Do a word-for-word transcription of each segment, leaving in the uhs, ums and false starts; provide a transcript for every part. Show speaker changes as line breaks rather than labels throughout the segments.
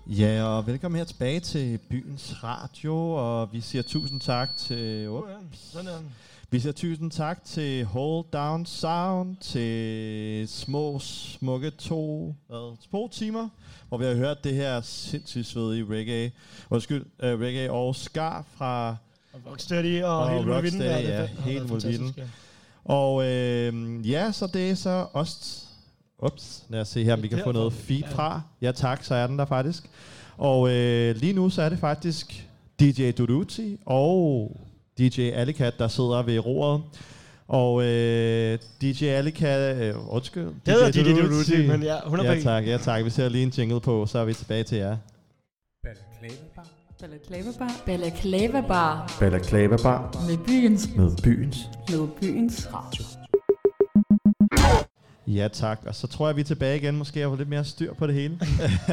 Ja, og velkommen her tilbage til Byens Radio, og vi siger tusind tak til... Uh,
sådan er.
Vi siger tusind tak til Hold Down Sound, til små, smukke to, hvad, to timer, hvor vi har hørt det her sindssygt svedige reggae, undskyld, uh, reggae og ska fra...
Og Rocksteady og, og hele
Rocksteady,
Mulvitten.
ja, hele Mulvitten. Og øh, ja, så det er så os... Ups, lad os se her, om vi kan få noget feed fra. Ja tak, så er den der faktisk. Og øh, lige nu så er det faktisk D J Duduti og D J Alicat, der sidder ved roret. Og øh, D J Alicat, øh, undskyld.
Det hedder D J Duduti, men ja, hundrede
Ja tak, ja tak. Vi ser lige en jingle på, så er vi tilbage til jer.
Balaklava Bar. Balaklava Bar.
Balaklava Bar.
Med byens.
Med byens.
Med byens radio.
Ja tak, og så tror jeg, vi er tilbage igen. Måske har vi lidt mere styr på det hele.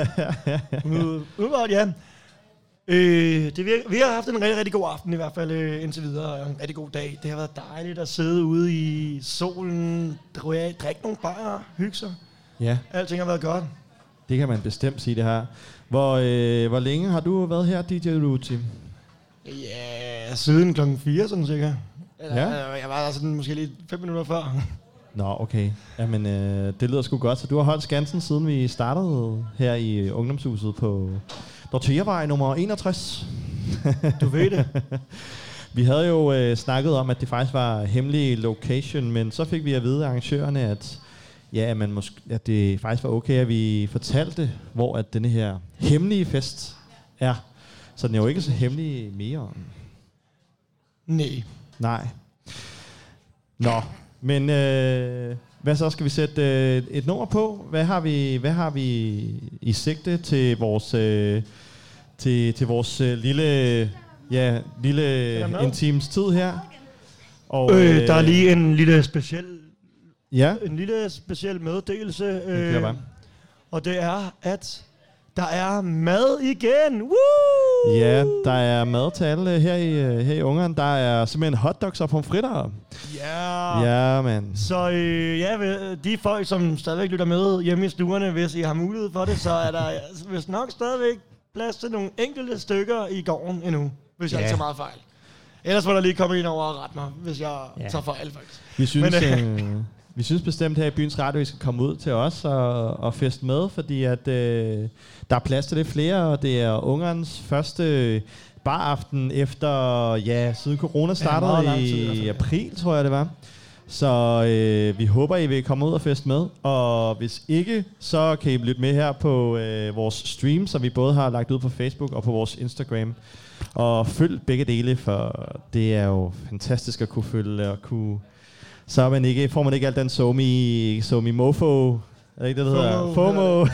Udvalgt, ja. Øh, det, vi, vi har haft en rigtig, rigtig god aften i hvert fald øh, indtil videre, og en rigtig god dag. Det har været dejligt at sidde ude i solen, drikke nogle bajer, hygge sig.
Ja.
Alting har været godt.
Det kan man bestemt sige, det her. Hvor, øh, hvor længe har du været her, D J Duduti?
Ja, siden klokken fire, sådan sikkert. Eller,
Ja.
Jeg var der sådan måske lige fem minutter før.
Nå, okay. Jamen, øh, det lyder sgu godt. Så du har holdt skansen, siden vi startede her i ungdomshuset på Dortheavej nummer enogtres.
Du ved det.
Vi havde jo øh, snakket om, at det faktisk var hemmelig location, men så fik vi at vide af arrangørerne, at, ja, man måske, at det faktisk var okay, at vi fortalte, hvor at denne her hemmelige fest er. Så den er jo ikke så hemmelig mere.
Nej.
Nej. Nå. Men øh, hvad så, skal vi sætte øh, et nummer på? Hvad har vi, hvad har vi i sigte til vores øh, til, til vores øh, lille ja lille intims tid her? Og
øh, øh, der er lige en lille speciel
ja
en lille speciel meddelelse,
øh,
og det er at der er mad igen. Woo!
Ja, der er mad til alle her i her i Ungarn. Der er simpelthen hotdogs og pomfritter.
Ja.
Ja, man.
Så øh, ja, de folk, som stadigvæk lytter med hjemme i stuerne, hvis I har mulighed for det, så er der vist nok stadigvæk plads til nogle enkelte stykker i gården endnu, hvis jeg
ja.
ikke tager meget fejl. Ellers må der lige komme ind over og rette mig, hvis jeg
ja.
tager fejl, faktisk.
Vi synes, Men, øh, vi synes bestemt her i Byens Radio, at I skal komme ud til os og, og feste med, fordi at, øh, der er plads til det flere, og det er Ungarns første baraften efter, ja, siden corona startede ja, i, i april, tror jeg det var. Så øh, vi håber, I vil komme ud og feste med, og hvis ikke, så kan I lytte med her på øh, vores stream, som vi både har lagt ud på Facebook og på vores Instagram. Og følg begge dele, for det er jo fantastisk at kunne følge og kunne... Så er man ikke, får man ikke alt den somi, somi mofo, er det ikke det, det hedder? FOMO.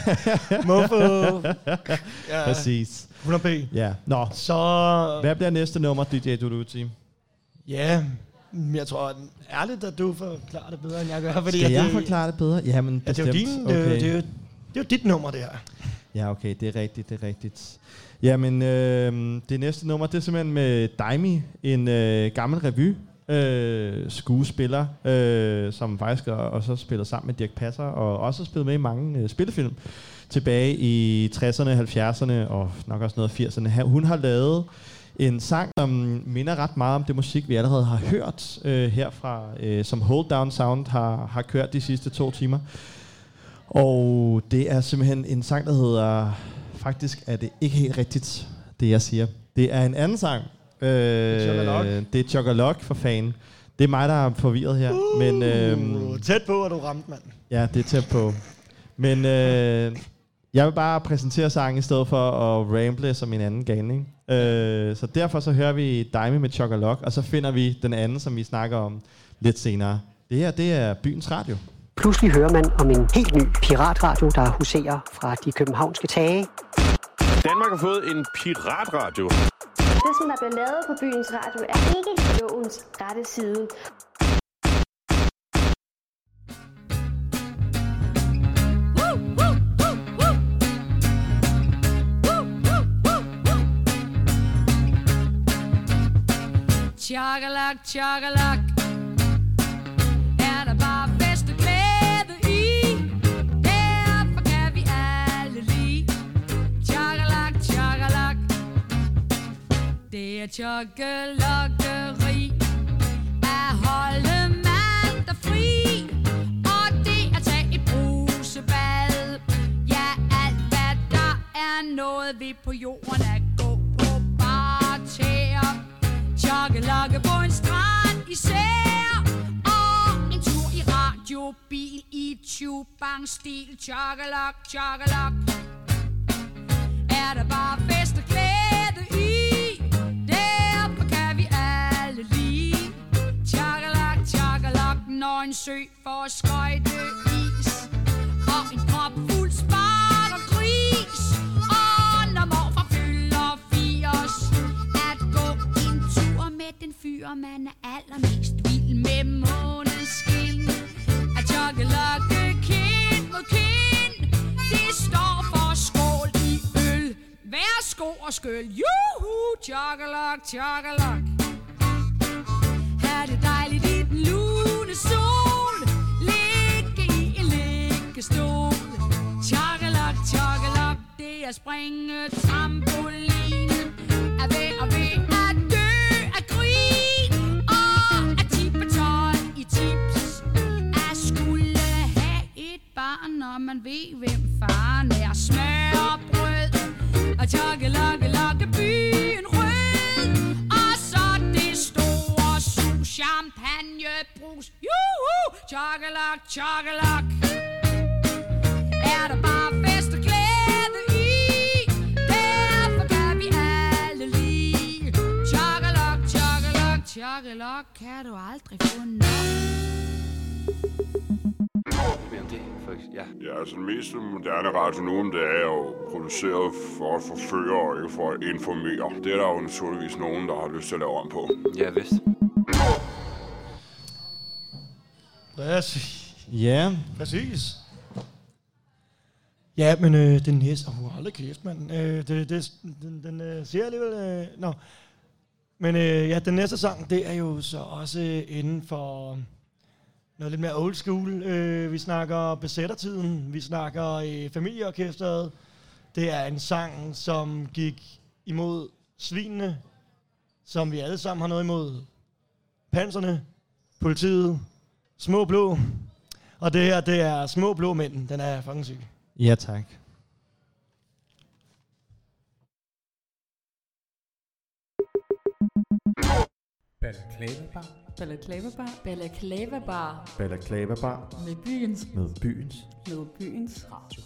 Mofo.
Ja. Præcis.
hundrede p.
Ja. Nå,
så...
Hvad bliver næste nummer, D J Duduti?
Ja, jeg tror ærligt, at du forklarer det bedre, end jeg gør. Fordi
Skal jeg
det,
forklare det bedre? Jamen,
ja, det er jo din, okay. det, det, er jo, det er jo dit nummer, det her.
Ja, okay, det er rigtigt, det er rigtigt. Jamen, øh, det næste nummer, det er simpelthen med Daimi, en øh, gammel revy. Øh, skuespiller, øh, som faktisk også spiller sammen med Dirch Passer, og også har spillet med i mange øh, spillefilm tilbage i tresserne, halvfjerdserne og nok også noget af firserne. Hun har lavet en sang, som minder ret meget om det musik, vi allerede har hørt øh, herfra, øh, som Hold Down Sound har, har kørt de sidste to timer. Og det er simpelthen en sang, der hedder... Faktisk er det ikke helt rigtigt, det jeg siger. Det er en anden sang. Øh, det er Chocolok for fan. Det er mig, der er forvirret her.
Uh,
men, øh,
tæt på, at du ramte, mand.
Ja, det er tæt på. Men øh, jeg vil bare præsentere sangen i stedet for at ramble som en anden galning. Øh, så derfor så hører vi Daimi med Chocolok, og så finder vi den anden, som vi snakker om lidt senere. Det her, det er Byens Radio.
Pludselig hører man om en helt ny piratradio, der huserer fra de københavnske tage.
Danmark har fået en piratradio.
Det, som der bliver lavet på Byens Radio, er ikke lovens rette side.
Chocolate, chocolate. Er der bare fest og glæde i? Derfor kan vi alle lide chocolate. Chokkelokkeri er holde mandag fri, og det er tage et brusebad. Ja, alt hvad der er noget ved på jorden at gå på bare tæer. Chokkelokke på en strand især, og en tur i radiobil i tubang-stil. Chokkelok, chokkelok, er der bare fest og glæde i. Derfor kan vi alle lide. Chokkelok, chokkelok, når en sø får skøjteis, og en krop fuld spart og gris, og når morfar fylder firs, at gå en tur med den fyr, man er allermest vild med. Måneskin er chokkelokke kind mod kind. Det står for skål i øl. Værsgo og skøl. Juhu, chokkelok, chokkelok. Ha' det dejligt i den lune sol. Ligge i en liggestol. Chokkelok, chokkelok. Det er springe trampolin. Er ved og ved at dø af grin. Og at tippe tøj i tips. At skulle have et barn, når man ved hvem faren er. Smør og brød. Og chokkelokke, lokke byen rød. Og så det store sus, champagne, brus. Juhu, chokkelok, chokkelok. Er der bare fest og glæde i. Derfor kan vi alle lide. Chokkelok, chokkelok, chokkelok. Kan du aldrig få nok.
Ja. ja, altså den mest moderne radio nu om det er jo produceret for at forføre og ikke for at informere. Det er der jo naturligvis nogen, der har lyst til at lave om på.
Ja, vist.
Præcis.
Ja.
Præcis. Ja, men øh, den næste... Åh, oh, hold da kæft, mand. Øh, det, det, den den øh, siger alligevel... Øh, no. Men øh, ja, den næste sang, det er jo så også inden for... noget lidt mere old school. Øh, vi snakker besættertiden. Vi snakker øh, familieorkestret. Det er en sang, som gik imod svinene, som vi alle sammen har noget imod. Panserne, politiet, små blå. Og det her, det er Små Blå Mænd. Den er fucking syg.
Ja, tak.
Balaklava-bar. Balaklava-bar. Balaklava-bar.
Balaklava-bar.
Med byens.
Med byens.
Med byens radio.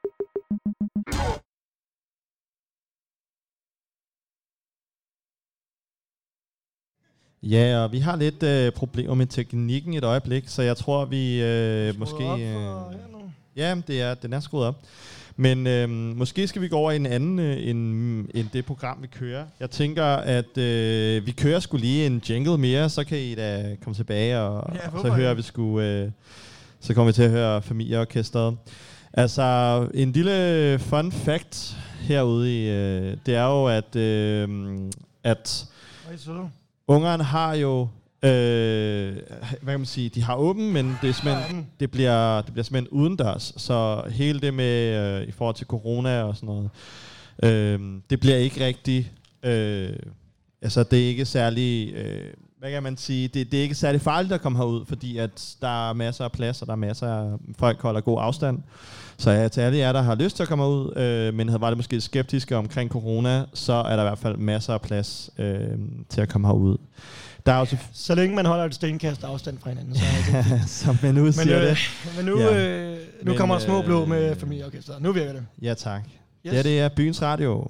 Ja, og vi har lidt øh, problemer med teknikken et øjeblik, så jeg tror, vi øh, måske... Øh, ja, det er, den er skruet op. Men øh, måske skal vi gå over i en anden øh, end, end det program, vi kører. Jeg tænker, at øh, vi kører sgu lige en jingle mere, så kan I da komme tilbage, og, ja, og så hører vi sgu... Øh, så kommer vi til at høre familieorkestret. Altså, en lille fun fact herude i... Øh, det er jo, at... Øh, at ungerne har jo... Øh, hvad kan man sige, de har åben, men det, er simpelthen, det, bliver, det bliver simpelthen udendørs, så hele det med, øh, i forhold til corona og sådan noget, øh, det bliver ikke rigtig, øh, altså det er ikke særlig, øh, hvad kan man sige, det, det er ikke særlig farligt at komme herud, fordi at der er masser af plads, og der er masser af folk, holder god afstand. Så ja, til alle jer, der har lyst til at komme ud, øh, men var det måske skeptiske omkring corona, så er der i hvert fald masser af plads øh, til at komme herud. Der er også
så længe man holder et stenkast afstand fra hinanden, så er det
ja, som man nu
men,
siger
øh,
det.
Men nu,
ja.
øh, nu men, kommer Små Blå med familieorkestret. Nu virker det.
Ja, tak.
Yes.
Ja, det er Byens Radio.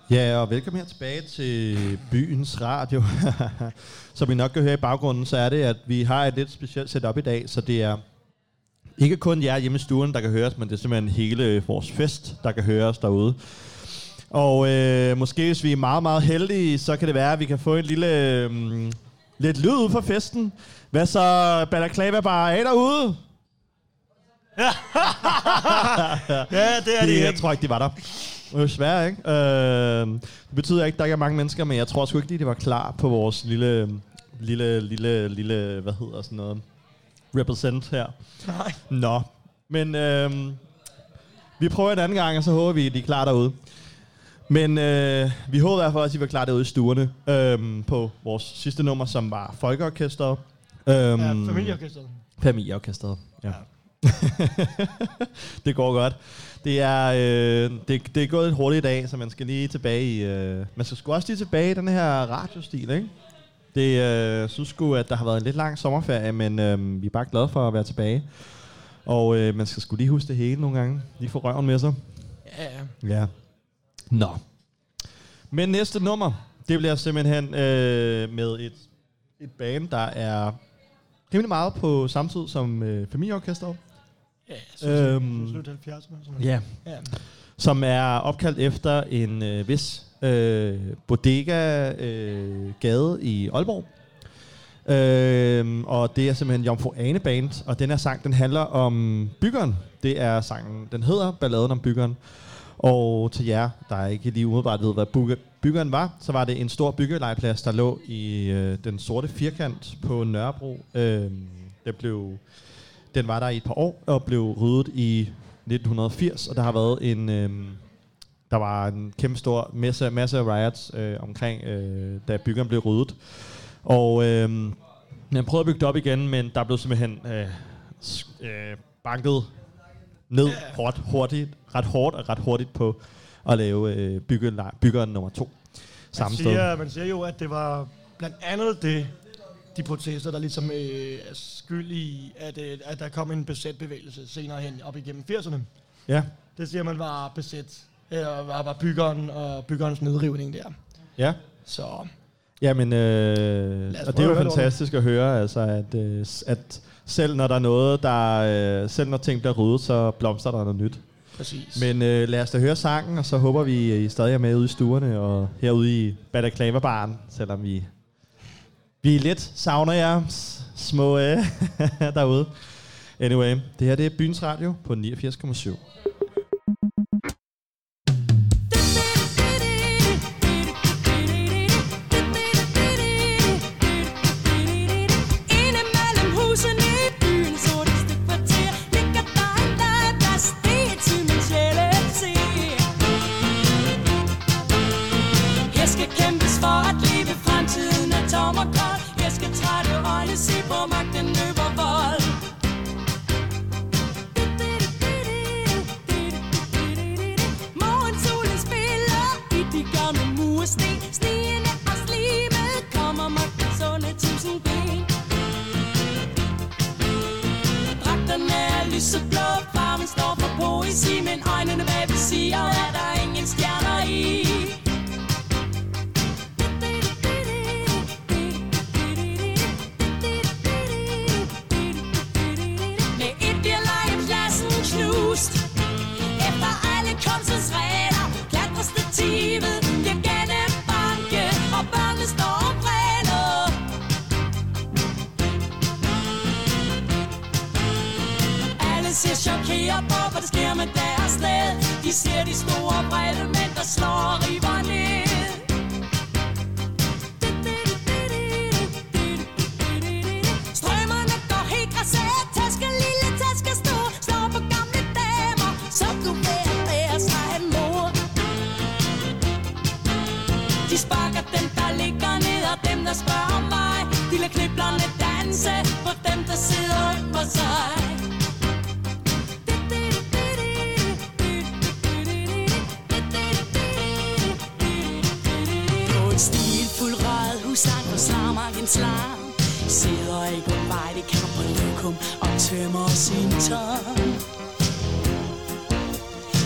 Ja, og velkommen her tilbage til Byens Radio. Som I nok kan høre i baggrunden, så er det, at vi har et lidt specielt setup i dag, så det er ikke kun jer hjemme i stuen, der kan høres, men det er simpelthen hele vores fest, der kan høres derude. Og øh, måske hvis vi er meget, meget heldige, så kan det være, at vi kan få en lille øh, lidt lyd ud fra festen. Hvad så, Balaklava Bar, er I derude?
Ja, det er det,
det
ikke.
Jeg tror ikke, de var der. Det er svært, ikke? Øh, det betyder ikke, at der ikke er mange mennesker, men jeg tror sgu ikke lige, de var klar på vores lille, lille, lille, lille, hvad hedder sådan noget, represent her.
Nej.
Nå, men øh, vi prøver en anden gang, og så håber vi, at de er klar derude. Men øh, vi håber i hvert fald også, at I var klar derude i stuerne øh, på vores sidste nummer, som var Folkeorkestret. Øh,
Ja, familieorkestret.
Familieorkestret, ja. Det går godt. Det er, øh, det, det er gået lidt hurtigt i dag, så man skal lige tilbage i... Øh, man skal sgu også lige tilbage i den her radiostil, ikke? Det øh, synes sgu, at der har været en lidt lang sommerferie, men øh, vi er bare glade for at være tilbage. Og øh, man skal sgu lige huske det hele nogle gange. Lige få røven med sig.
Ja, ja.
Ja. Nå. Men næste nummer, det bliver simpelthen øh, med et, et band, der er rimelig meget på samme tid som øh, Familieorkestret.
Ja, så
øhm,
slut halvfjerdserne.
Ja.
Ja.
Som er opkaldt efter en øh, vis øh, bodega øh, gade i Aalborg. Øh, og det er simpelthen Jomfru Ane Band, og den her sang, den handler om byggeren. Det er sangen, den hedder Balladen om byggeren. Og til jer, der ikke lige umiddelbart ved, hvad byggeren var, så var det en stor byggelegeplads, der lå i øh, den sorte firkant på Nørrebro. Øh, det blev, den var der i et par år og blev ryddet i nitten firs, og der har været en, øh, der var en kæmpe stor masse, masse riots øh, omkring, øh, da byggeren blev ryddet. Og øh, man prøvede at bygge det op igen, men der blev simpelthen øh, øh, banket ned hårdt, hurtigt, ret hårdt og ret hurtigt på at lave øh, bygge, byggeren nummer to samme
man siger, sted. Man siger jo, at det var blandt andet det, de protester, der ligesom øh, er skyld i, at, øh, at der kom en besætbevægelse senere hen op igennem firserne.
Ja.
Det siger man var besæt, øh, var, var byggeren og byggerens nedrivning der.
Ja.
Så...
Jamen, øh, og det er jo fantastisk at høre, altså, at, øh, at selv når der er noget, der, øh, selv når ting bliver ryddet, så blomster der noget nyt.
Præcis.
Men øh, lad os da høre sangen, og så håber vi, at I stadig er med ude i stuerne og herude i Balaklava-baren, selvom vi, vi lidt savner jer små øh, derude. Anyway, det her det er Byens Radio på niogfirs komma syv.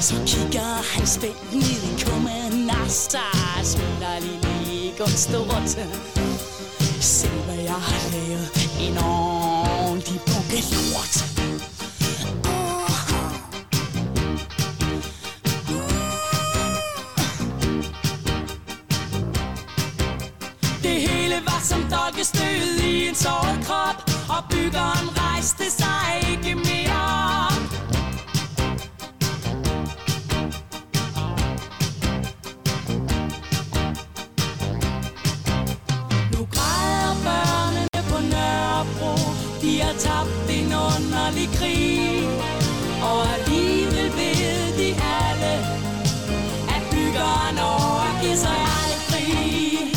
Så kigger han spændt ned i kummen og star smiler lille Egon Storte. Se hvad jeg har lavet, en ordentlig bunke lort. Det hele var som dolkestød i en såret krop, og byggeren rejste sig ikke mere. Nu græder børnene på Nørrebro, de har tabt en underlig krig, og alligevel ved de alle, at byggeren overgiver sig aldrig.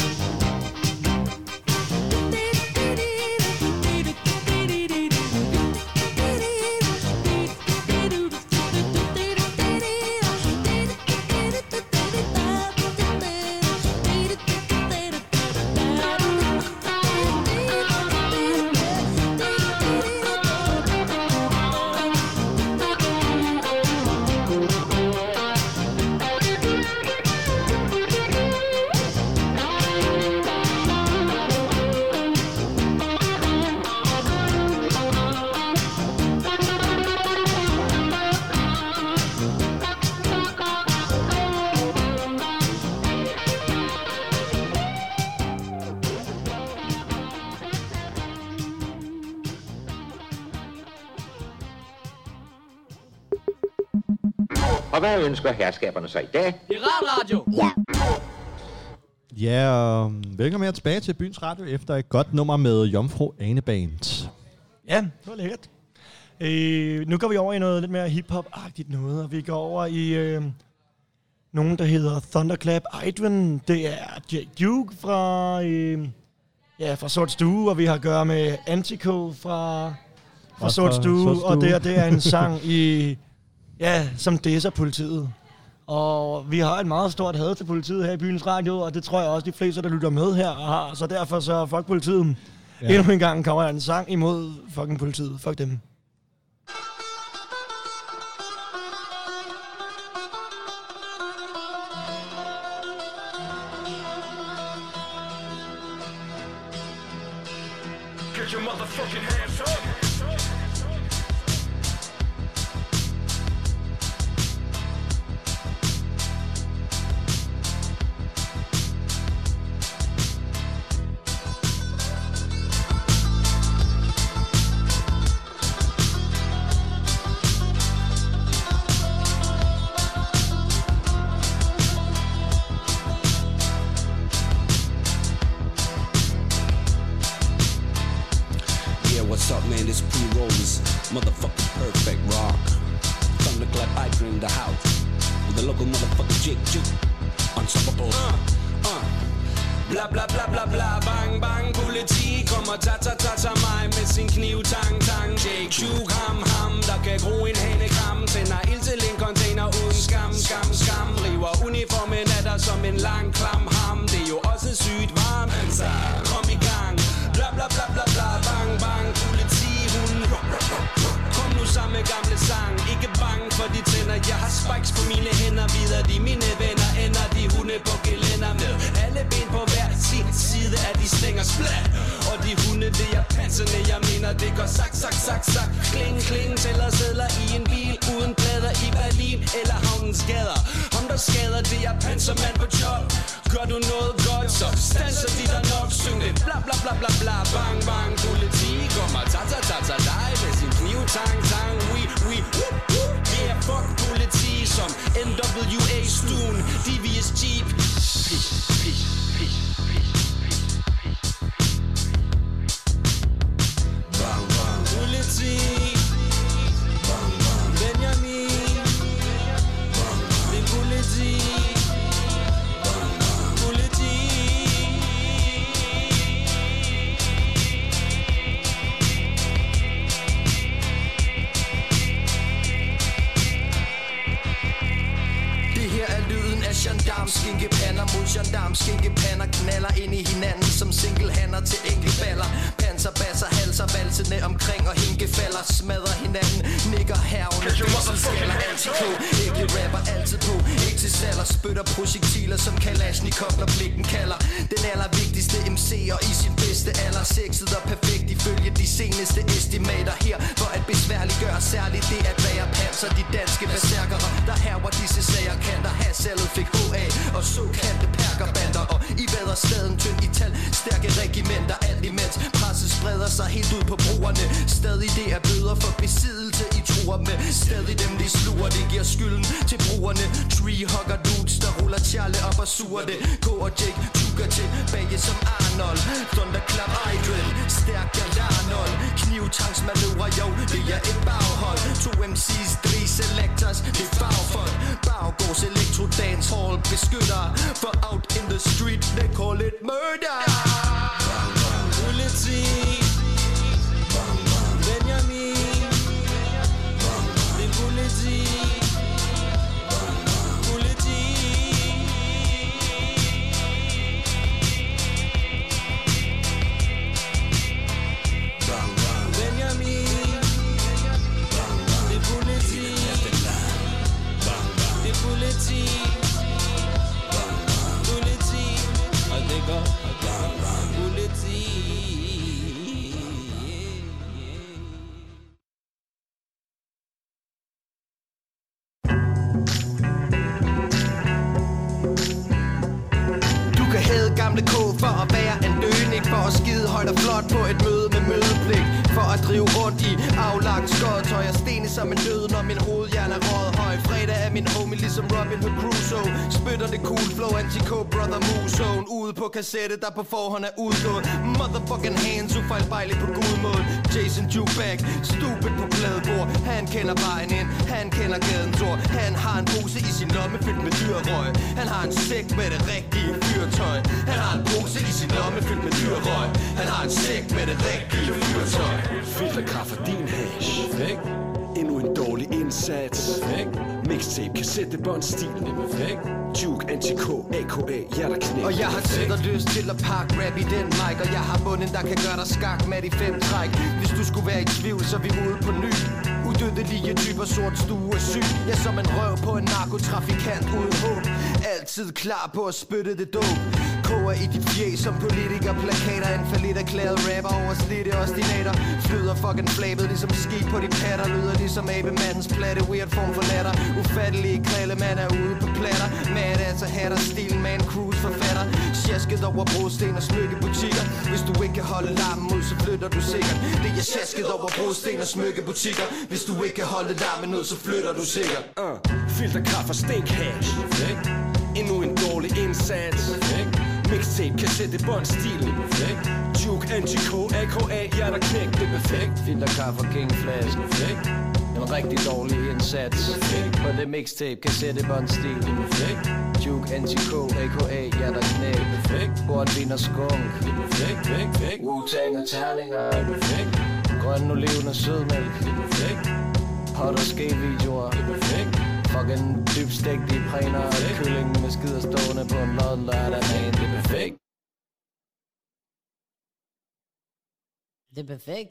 Og hvad ønsker herskaberne så i dag?
Piratradio!
Ja.
Ja, og velkommen her tilbage til Byens Radio efter et godt nummer med Jomfru Ane Band.
Ja, det var lækkert. Øh, nu går vi over i noget lidt mere hip-hop-agtigt noget, og vi går over i øh, nogen, der hedder Thunderclap Idwin. Det er Jake Duke fra, øh, ja, fra Sort Stue, og vi har at gøre med Antico fra, fra Sort Stue, og det her, det er en sang i... Ja, som disser politiet. Og vi har et meget stort had til politiet her i Byens Radio, og det tror jeg også, de fleste, der lytter med her, har. Så derfor så fuck politiet. Ja. Endnu en gang kommer der en sang imod fucking politiet. Fuck dem.
Get your motherfucking hands up!
What's up, man? It's Pre-Rollers, motherfucking perfect rock. Thunderclap Idwin in the house with the local motherfucker Jake Duke, unstoppable. Uh, uh. Bla bla bla bla bla, bang bang. Politi kommer ta ta ta ta mig med sin kniv, tang tang. Jake Duke, ham ham, der kan gro en hanekam. Tænder ild til en container uden skam, skam, skam. River uniformen af dig som en lang klam ham. Det er jo også sygt varmt, altså kom i gang. Bla bla bla bla bla, bang bang. Kom nu sammen med gamle sang. Ikke bange for de tænder. Jeg har spikes på mine hænder. Videre de mine venner. Ender de hunde på gelænder med alle ben på hver sin side af de stænger splat. Og de hunde det er panserne. Jeg mener det går sak sak sak sak. Kling kling tæller sædler i en bil uden plader i Berlin eller havnens gader. Ham der skader det er pansermand på job. Gør du noget godt så stanser de der nok. Syng det bla bla bla bla bla. Bang bang. Politi kommer ta ta ta ta dig med sin kniv, tang tang. We we whoop whoop. Yeah, fuck politi som N W A-stuen. D V S Jeep. Peace, peace, peace, peace, bang bang. Politi. Bang bang. Benjamin. Bang bang. Det er politi. Bang bang. Politi. Gendarm, skinkepander mod gendarm, skinkepander knaller ind i hinanden som singlehander til enkeltballer.
danser, basser, halser, valsende omkring og hinke falder, smadrer hinanden, nikker hervne, dødselskaller, antiko, ikke rapper altid på, ikke til salder, spytter projektiler som Kalashnikov, når blikken kalder. Den allervigtigste M C'er i sin bedste alder, sexet og perfekt ifølge de seneste estimater her, for at besværliggøre særligt det at være panser, de danske berserkere, der herver disse sager, kan der have salget fik H A og såkaldte perkerbander, og i vader staden tynd i tal, stærke regimenter, alt imens presset spreder sig helt ud på brugerne. Stadig det er bøder for besiddelse, I truer med. Stadig dem de sluger, det giver skylden til brugerne. Treehugger dudes, der ruller Charlie op og suger det. K og Jake, tukker til bagge som Arnold. Thunderclap Idol, stærk Arnold. Knivtangsmanøvre, jo, det er et baghold. To M C's, three selectors, det er bagfolk. Baggårds elektro dance hall beskytter. For out in the street, they call it murder.
Politi Benjamin Det er politi Politi Benjamin Det er politi Det er politi Politi Og det går Politi
Gamle K for at være en løgning, for at skide højt og flot på et møde med mødepligt, for at drive rundt i aflagt skådtøj og stene som en død, når min hovedhjerne er røget høj. Fredag er min homie ligesom Robin Hood Crusoe, spytter det cool flow, anti-K brother Moozone, ude på kassette, der på forhånd er udgået. Motherfucking hands, ufejlbejligt på gudmål. Jason Jukebag, stupid på pladebord, han kender vejen ind, han kender gadens ord. Han har en pose i sin lomme fyldt med dyrrøg, han har en sæk med det rigtige fyrtøj. Han har en pose i sin lomme fyldt med dyrrøg, han har en sæk med det rigtige fyrtøj.
Filterkaffe din hash. Perfekt. Endnu en dårlig indsats. Perfekt. Mixtape, kassettebånd, stilen er perfekt. Juke, anti-K, A K A, hjerter knæk.
Og jeg har tid og lyst til at pakke rap i den mic, og jeg har bunden, der kan gøre dig skak med de fem træk. Hvis du skulle være i tvivl, så er vi ude på ny. Udødelige typer, sort stue og syg. Jeg som en røv på en narkotrafikant uden håb. Altid klar på at spytte det dope. Koger i dit fjes som politiker, plakater. En falit erklæret rapper over slidte ostinater. Flyder fucking flabet ligesom skib på de patter. Lyder ligesom abemandens platte, weird form for latter. Ufattelige krille, man er ude på platter. Mad altså hatter, stilen man cruise forfatter. Sjasket over brosten og smykkebutikker. Hvis du ikke kan holde larmen ud, så flytter du sikkert. Det er sjasket over brosten og smykkebutikker. Hvis du ikke kan holde larmen ud, så flytter du sikkert.
uh, Filterkaffe og stinkhash. Perfekt. Endnu en dårlig indsats. Perfekt. Mixtape, kassettebånd, stilen er perfekt. Juke, anti-K, A K A, hjerter knæk, det er perfekt.
Filterkaffe og kingflask.
Perfekt.
En rigtig dårlig indsats.
Perfekt.
På det mixtape, kassettebånd, stil.
Det er perfekt.
Juke, anti-K, A K A, hjerter knæk.
Det er perfekt.
Portvin og skunk.
Det er perfekt, perfekt, perfekt.
Wu-Tang og terninger.
Det er perfekt.
Grøn oliven og sødmælk.
Det er perfekt.
Hot og skæg-videoer.
Det er perfekt.
Fucking dybstegt i præner og kylling med skider stående på en lod lørdag, man.
Det er perfekt.
Det er perfekt.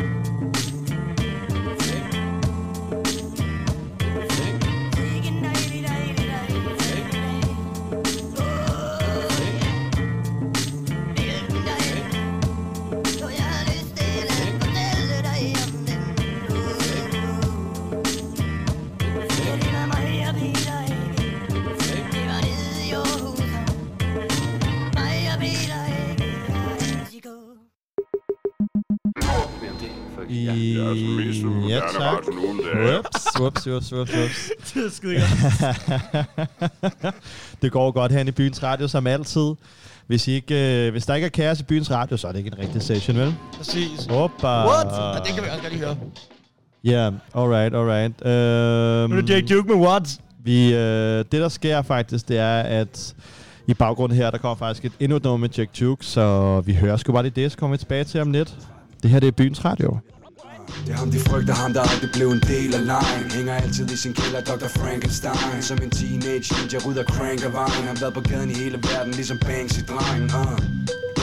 I... Ja, altså mest moderne radio nu, det er. Whoops, whoops, whoops, whoops, whoops.
Det er skide godt.
Det går godt herinde i Byens Radio, som altid. Hvis, I ikke, øh, hvis der ikke er kaos i Byens Radio, så er det ikke en rigtig session, vel?
Præcis.
Hoppa.
What? Ja, det kan vi også godt lige høre.
Ja, yeah, alright, alright. Um,
nu er det Jake Duke med what?
Vi, øh, det, der sker faktisk, det er, at i baggrunden her, der kommer faktisk et endnu et nummer med Jake Duke, så vi hører sgu bare lige det, så kommer vi tilbage til om lidt. Det her, det er Byens Radio.
Det er ham, de frygter, ham der aldrig blev en del af lejen. Hænger altid i sin kælder, doktor Frankenstein. Som en teenage ninja rydder crank af vejen. Han har været på gaden i hele verden, ligesom Banksy-drengen. uh.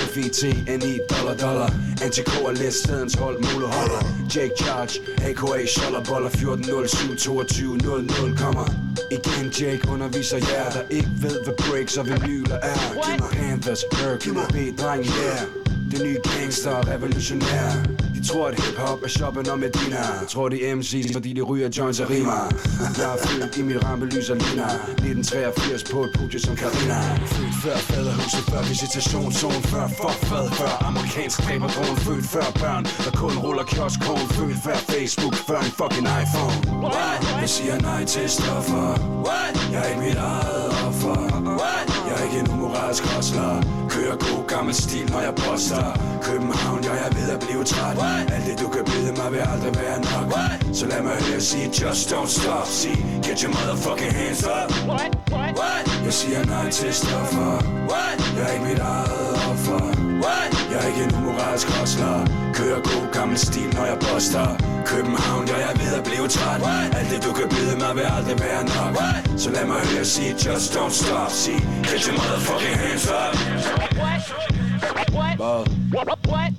V T N I dollar dollar N T K er let stedens hold muleholder Jake Charge, A K A Schollerboller fjorten nul syv toogtyve nul nul kommer igen Jake underviser jer der ikke ved hvad breaks og vinyler er Giv mig Panthers, Hercules, B-dreng, yeah Det nye gangster og revolutionær De tror at hiphop er shoppen og Medina Tror de M C's fordi de ryger joints og rimer Jeg er født i mit rampelys og ligner nitten treogfirs på et podium som Carina Født før faderhuset, før visitationszone Før fuckfad, før amerikansk dræberdrone Født før børn, der kun ruller kioskkone Født før Facebook, før en fucking iPhone What? Jeg siger nej til stoffer What? Jeg er ikke mit eget offer What? Jeg er ikke en umoralsk hustler Kører god gammel stil, når jeg poster København, jeg er ved at blive træt What? Alt det du kan byde mig vil aldrig være nok What? Så lad mig høre sige just don't stop Sig, get your motherfucking hands up What? What? What? Jeg siger nej til stoffer What? Jeg er ikke mit eget offer What? Jeg er ikke en umoralsk hustler Kører god gammel stil, når jeg poster København, jeg er ved at blive træt What? Alt det du kan byde mig vil aldrig være nok What? Så lad mig høre sige just don't stop Sig, get your motherfucking hands up What? What? What? What?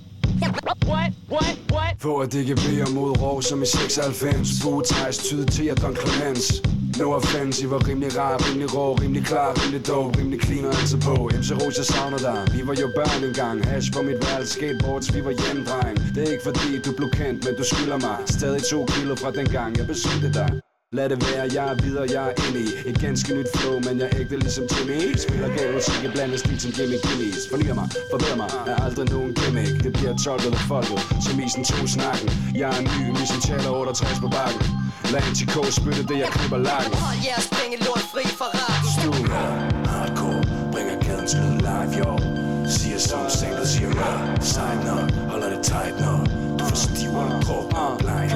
What? What? What? Få at D G B'er mod rov som i seksoghalvfems Bue Theis tyde til at Don Clemens No offense, I var rimelig rar, rimelig rå, rimelig klar, rimelig dog, rimelig clean og altid på M C Rose, jeg savner dig, vi var jo børn engang Hash på mit værelse, skateboards, vi var hjemmedreng Det er ikke fordi du blev kendt, men du skylder mig Stadig to kilo fra dengang, jeg besøgte dig Lad det være, jeg er videre, jeg er inde i et ganske nyt flow, men jeg er ægte ligesom Jimmy Spiller gal musik, jeg blander stil som Jimmy Gimmies Fornyer mig, forbedrer mig, er aldrig nogen gimmick Det bliver tolket og folket, som isen to snakken Jeg er ny, ligesom taler otteogtres på bakken Lad N T K spytte det, jeg klipper lakken
Hold jeres penge lort fri fra rakken
Stuer, hardcore, bringer gadens lyd live, yo Siger som singlet, siger rap, sign up, holder det tight, no Du forstiver en krog, blind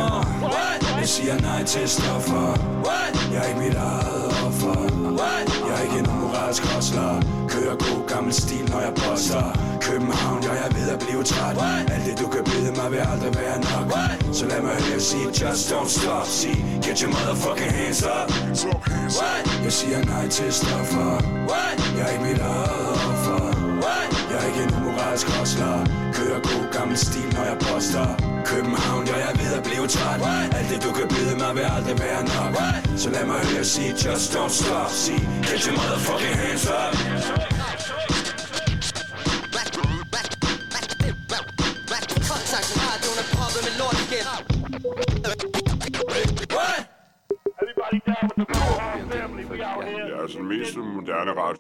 Jeg siger nej til stoffer What? Jeg er ikke mit eget offer What? Jeg er ikke en umoralsk hustler Kører god gammel stil, når jeg poster København, jeg er ved at blive træt What? Alt det du kan byde mig vil aldrig være nok What? Så lad mig høre sige just don't stop Sig, get your motherfucking hands up What? Jeg siger nej til stoffer What? Jeg er ikke mit eget offer What? Jeg er ikke en umoralsk hustler Kører god gammel stil, når jeg poster København, jeg er ved at blive træt What? Alt det du kan byde mig vil aldrig være nok What? Så lad mig høre sige just don't stop Sig, get your motherfucking hands up
Kontakt til radioen er proppet med lort igen What?
Everybody down with the Cohart family, we out here. Det er altså den mest moderne radio.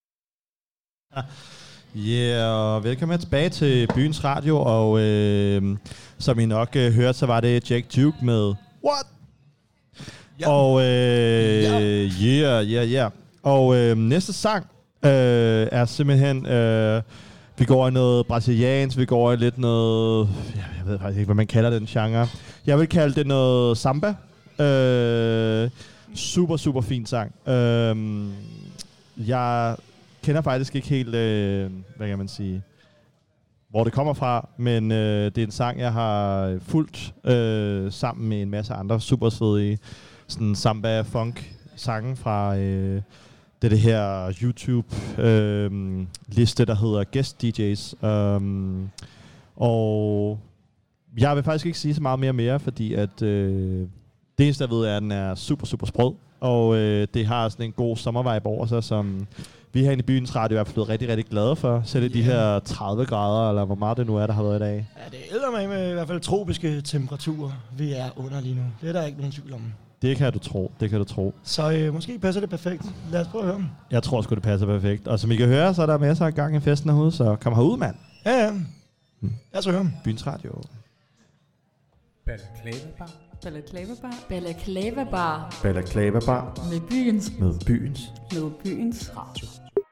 Yeah, og velkommen tilbage til Byens Radio, og øh, som I nok øh, hørte, så var det Jack Duke med What? Ja. Og øh, yeah, yeah, yeah. Og øh, næste sang øh, er simpelthen, øh, vi går i noget brasiliansk, vi går i lidt noget, jeg ved faktisk ikke, hvad man kalder den genre. Jeg vil kalde det noget samba. Øh, super, super fin sang. Øh, jeg kender faktisk ikke helt, øh, hvad kan man sige, hvor det kommer fra, men øh, det er en sang, jeg har fulgt øh, sammen med en masse andre super fede sådan samba funk sange fra øh, det, det her YouTube øh, liste, der hedder Guest D J's. Um, og jeg vil faktisk ikke sige så meget mere mere, fordi at øh, det eneste, jeg ved, er, at den er super, super sprød, og øh, det har sådan en god sommervibe over sig, som vi herinde i Byens Radio er blevet rigtig, rigtig glade for. Selv i yeah. de her tredive grader, eller hvor meget det nu er, der har været i dag.
Ja, det æder mig med i hvert fald tropiske temperaturer, vi er under lige nu. Det er der ikke nogen tvivl om.
Det kan du tro, det kan du tro.
Så øh, måske passer det perfekt. Lad os prøve at høre.
Jeg tror sgu, det passer perfekt. Og som I kan høre, så er der masser af gang i festen herude, så kom herud, mand.
Ja, ja. Hmm. Lad os høre.
Byens Radio.
Balaklava-bar. Balaklava-bar. Balaklava-bar.
Balaklava-bar.
Med byens.
Med byens.
Med byens radio.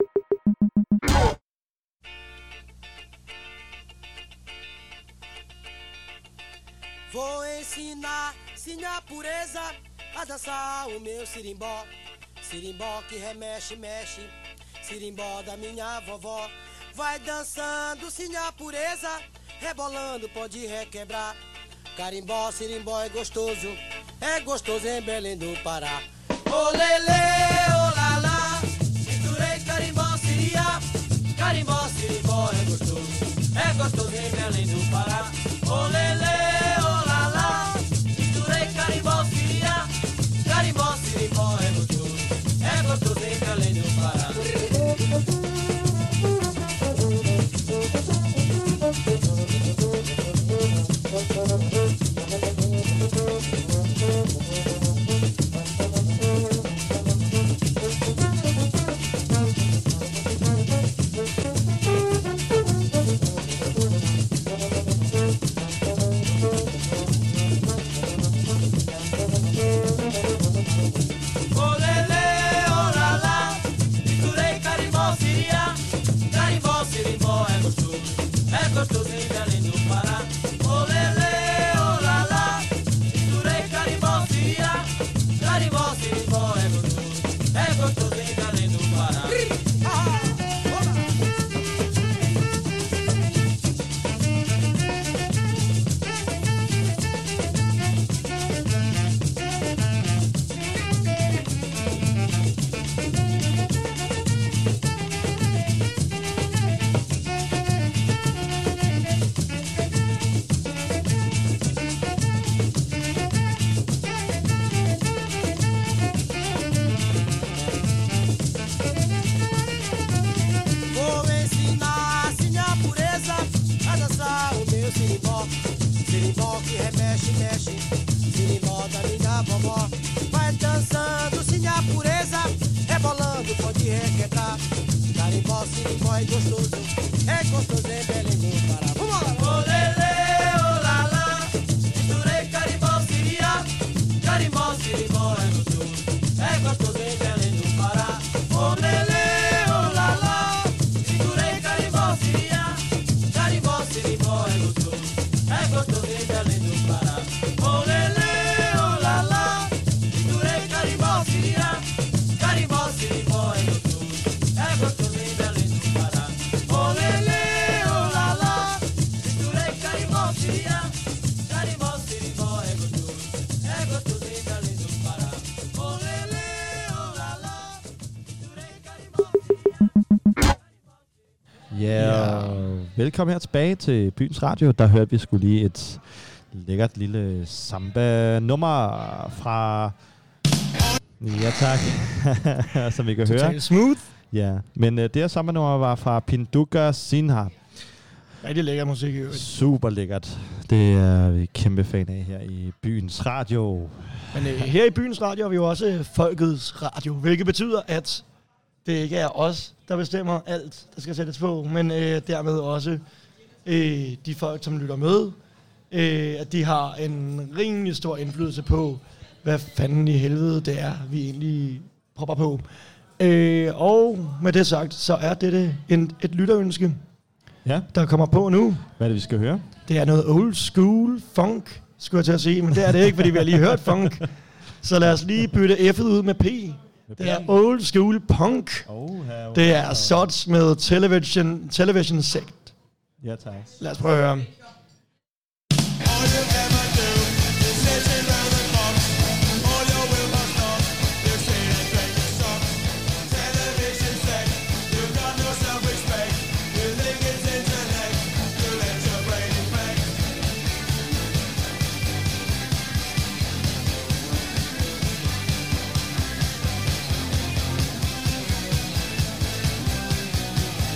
Vou ensinar, sim a pureza, a dançar o meu sirimbó. Sirimbó que remexe, mexe, sirimbó da minha vovó. Vai dançando, sim a pureza, rebolando pode requebrar. Carimbó, sirimbó é gostoso, é gostoso em Belém do Pará. Ô lelê, ô lalá, misturei carimbó, siria, carimbó, sirimbó é gostoso.
gostosinho além do Pará. Olele, olala, misturei carimbó, siriá. Carimbó, sirimbó é gostoso, é gostosinho além do Pará.
Velkommen her tilbage til Byens Radio. Der hørte vi skulle lige et lækkert lille samba-nummer fra... Ja, tak. Som vi kan høre.
Total smooth.
Ja, men uh, det her samba-nummer var fra Pinduka Sinha.
Rigtig lækker musik.
Super lækkert. Det er vi kæmpe fan af her i Byens Radio.
Men uh, her i Byens Radio er vi jo også folkets radio, hvilket betyder, at det ikke er os, der bestemmer alt, der skal sættes på, men øh, dermed også øh, de folk, som lytter med, øh, at de har en rimelig stor indflydelse på, hvad fanden i helvede det er, vi egentlig propper på. Øh, og med det sagt, så er dette en, et lytterønske,
ja,
der kommer på nu.
Hvad er det, vi skal høre?
Det er noget old school funk, skulle jeg til at sige, men det er det ikke, fordi vi har lige hørt funk. Så lad os lige bytte F'et ud med P. Det er old school punk. Oh, okay. Det er Sods med Television, television Sect.
Ja, tak.
Lad os prøve at høre.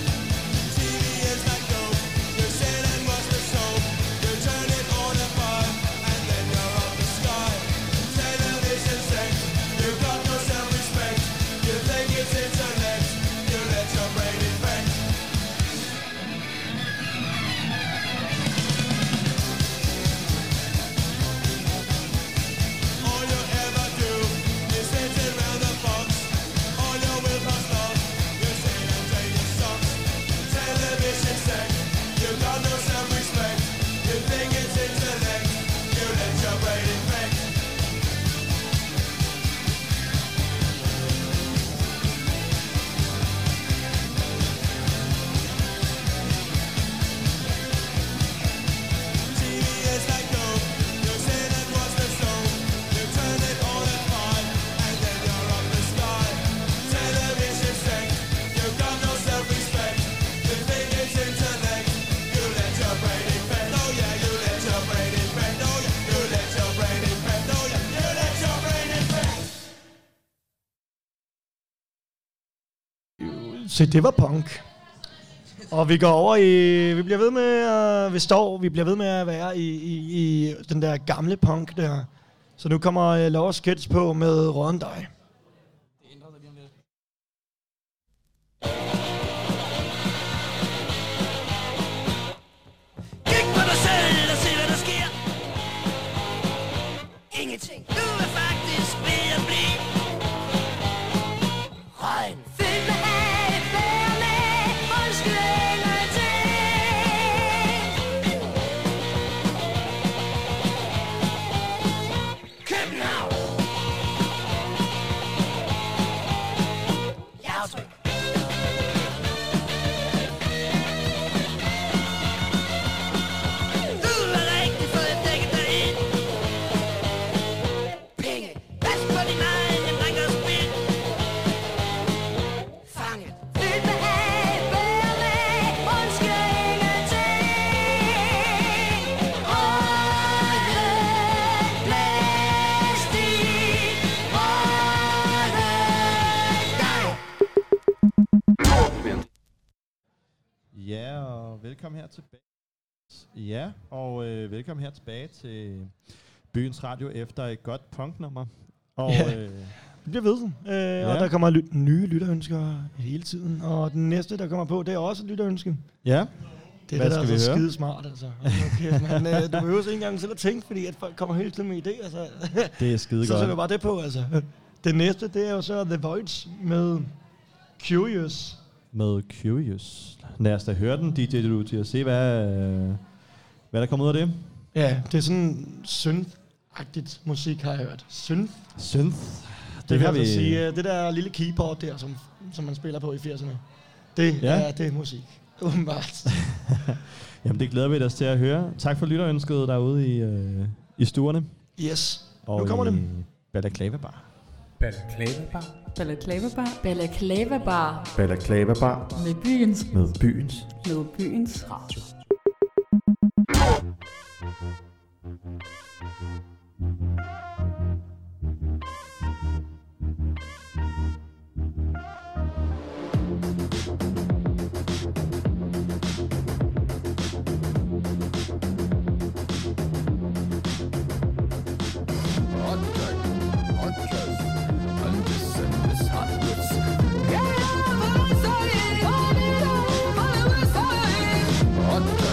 T V is like gold, you sit and watch the soap, you turn it on and fire.
Så det var punk. Og vi går over i, vi bliver ved med, uh, vi står, vi bliver ved med at være i, i, i den der gamle punk der. Så nu kommer uh, Lost Kids på med Råden dig.
Kig på dig selv og se hvad der sker. Ingenting. Du er faktisk ved at blive regn. Fyld med have, bær med, undskyld ingenting. København. Javtryk. Du er rigtig fået dækket dig ind. Penge, pas på din egen drink og spil. Fanget. Fyld med have, bær med, undskyld ingenting. Røden plastik, røden dig.
Ja, og velkommen her tilbage. Ja, og øh, velkommen her tilbage til Byens Radio efter et godt punknummer. Og
Ja.
øh,
Det bliver ved. Øh, ja. Og der kommer ly- nye lytterønsker hele tiden. Og den næste, der kommer på, det er også et lytterønske.
ja,
Det er
Hvad
det, der
skal
er
vi
så
høre?
skide smart, altså. Okay, men, øh, du behøver ikke engang selv at tænke, fordi at folk kommer hele tiden med idéer. Altså.
det er skide
Så
godt.
sætter vi bare det på, altså. Det næste, det er jo så The Voids med Curious.
Med Curious. Lad os da høre den, D J Deluti, og se, hvad, øh, hvad der kommer ud af det.
Ja, det er sådan synth-agtigt musik, har jeg hørt. Synth.
Synth.
Det,
Det
vil
har
jeg
vi-
så sige, øh, det der lille keyboard der, som, som man spiller på i firserne, det
Ja.
er, det er musik. Åbenbart.
Jamen, det glæder vi os til at høre. Tak for lytterønsket derude i, øh, i stuerne.
Yes.
Og
Nu kommer
i
det.
Balaklava Bar.
Balaklava Bar. Balaklava Bar. Balaklava Bar.
Balaklava Bar.
Med byens.
Med byens.
Med byens radio.
Hot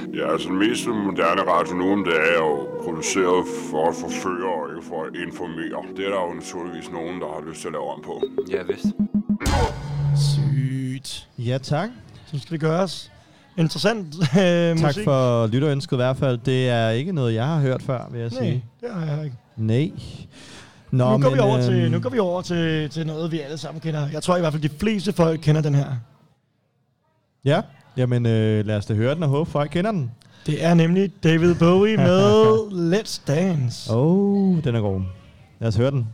Ja, altså den mest moderne radio nu om det er jo produceret for at forføre og ikke for at informere. Det er der jo naturligvis nogen, der har lyst til at lave om på.
Ja, vist.
Sygt.
Ja, tak.
Så skal det gøres. Interessant øh, musik.
Tak for lytterønsket i hvert fald. Det er ikke noget, jeg har hørt før, vil jeg
Nej,
sige.
det har jeg ikke.
Nej. Nå,
nu, går
men,
vi over
øh,
til, nu går vi over til, til noget, vi alle sammen kender. Jeg tror i hvert fald, de fleste folk kender den her.
Ja, jamen øh, lad os da høre den og håbe, folk kender den.
Det er nemlig David Bowie med Let's Dance.
Åh, oh, den er god. Lad os høre den.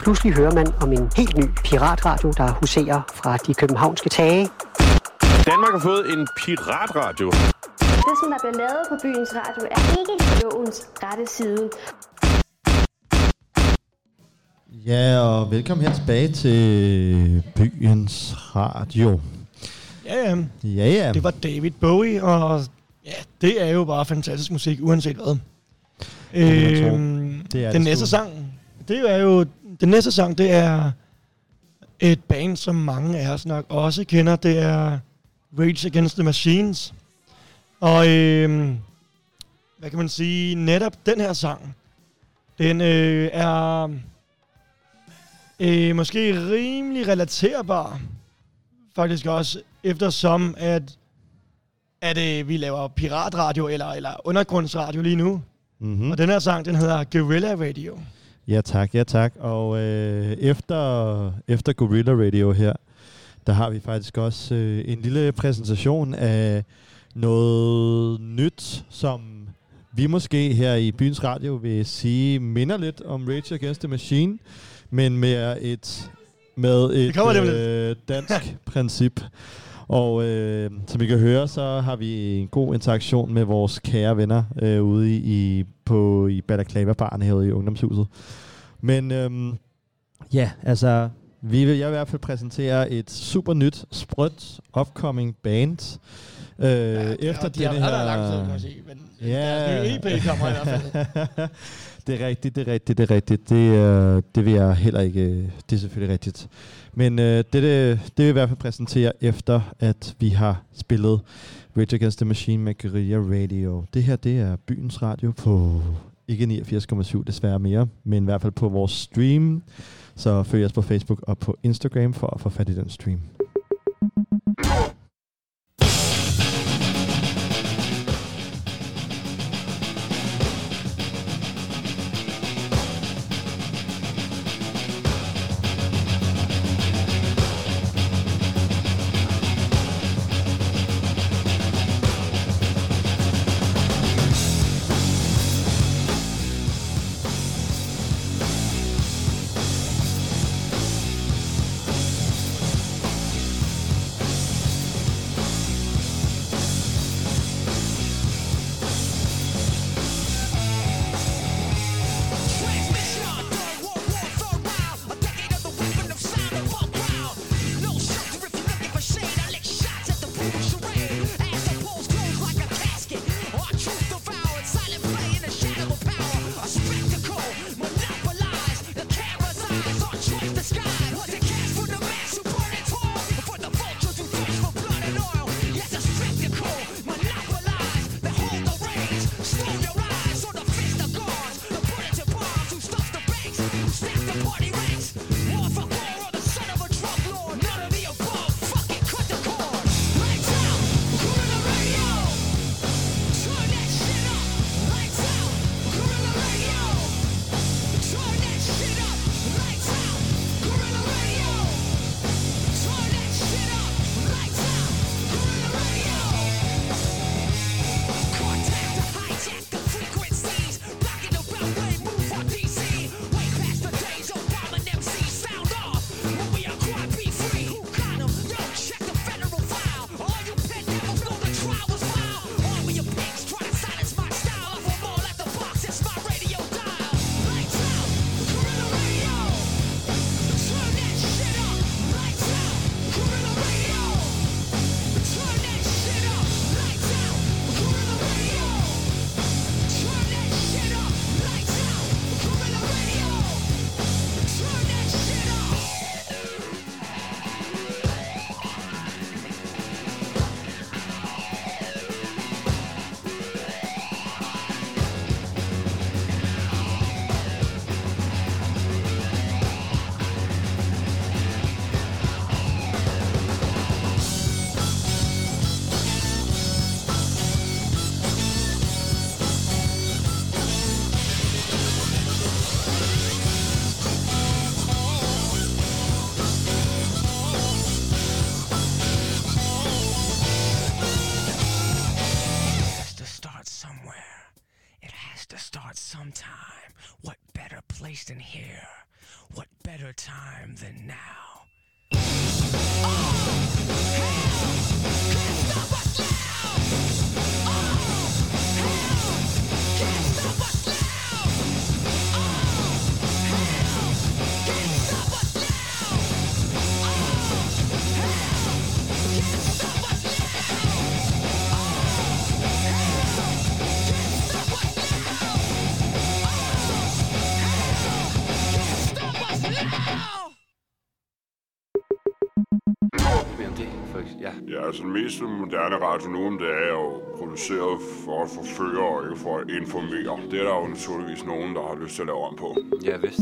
Pludselig hører man om en helt ny piratradio, der huserer fra de københavnske tage.
Danmark har fået en piratradio.
Det, som der bliver lavet på byens radio, er ikke lovens rette side.
Ja, og velkommen her tilbage til byens radio.
Ja, ja.
Ja, ja.
Det var David Bowie, og ja, det er jo bare fantastisk musik, uanset hvad. Øhm,
det er
den
det
næste sang, det er jo den næste sang, det er et band, som mange af os nok også kender. Det er Rage Against the Machines. Og øhm, hvad kan man sige? Netop den her sang, den øh, er øh, måske rimelig relaterbar, faktisk også, eftersom at, at øh, vi laver piratradio eller, eller undergrundsradio lige nu.
Mm-hmm.
Og den her sang, den hedder Guerrilla Radio.
Ja tak, ja tak. Og øh, efter, efter Guerrilla Radio her, der har vi faktisk også øh, en lille præsentation af noget nyt, som vi måske her i byens radio vil sige minder lidt om Rage Against the Machine, men med et, med et øh, dansk princip. Og øh, som I kan høre, så har vi en god interaktion med vores kære venner øh, ude i, på, i Balaklava-baren herude i Ungdomshuset. Men øhm, ja, altså, vi vil, jeg vil i hvert fald præsentere et super nyt, sprødt, upcoming band. Øh, ja, efter
de denne
her...
Der er lang tid, kan man sige, men
ja.
deres nye E P kommer i hvert fald.
Det er rigtigt, det er rigtigt, det er rigtigt. Det, øh, det vil jeg heller ikke... Det er selvfølgelig rigtigt. Men øh, det, det, det vil jeg i hvert fald præsentere efter, at vi har spillet Rage Against the Machine med Guerrilla Radio. Det her, det er byens radio på ikke niogfirs komma syv desværre mere, men i hvert fald på vores stream. Så følg os på Facebook og på Instagram for at få fat i den stream.
sometime. What better place than here? What better time than now.
Ja, altså den mest moderne radio nu om det er jo produceret for at forføre og ikke for at informere. Det er der jo naturligvis nogen, der har lyst til at lave om på.
Ja, vist.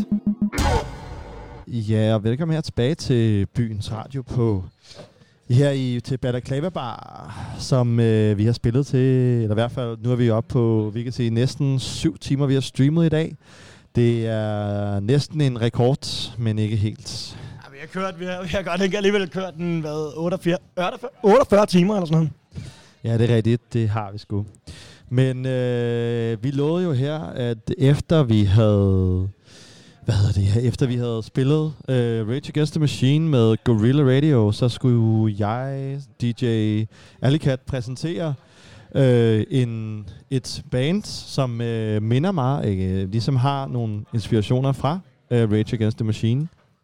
Ja, og velkommen her tilbage til Byens Radio på her i til Balaclava Bar, som øh, vi har spillet til, eller i hvert fald nu er vi oppe på, vi kan se næsten syv timer, vi har streamet i dag. Det er næsten en rekord, men ikke helt.
Ja, vi har kørt, vi har, vi har godt ikke alligevel kørt den, hvad, otteogfyrre, otteogfyrre timer eller sådan noget.
Ja, det er rigtigt, det har vi sgu. Men øh, vi lovede jo her, at efter vi havde, hvad hedder det her, efter vi havde spillet øh, Rage Against the Machine med Gorilla Radio, så skulle jeg, D J Alicat, præsentere øh, en, et band, som øh, minder mig, ikke, ligesom har nogle inspirationer fra øh, Rage Against the Machine.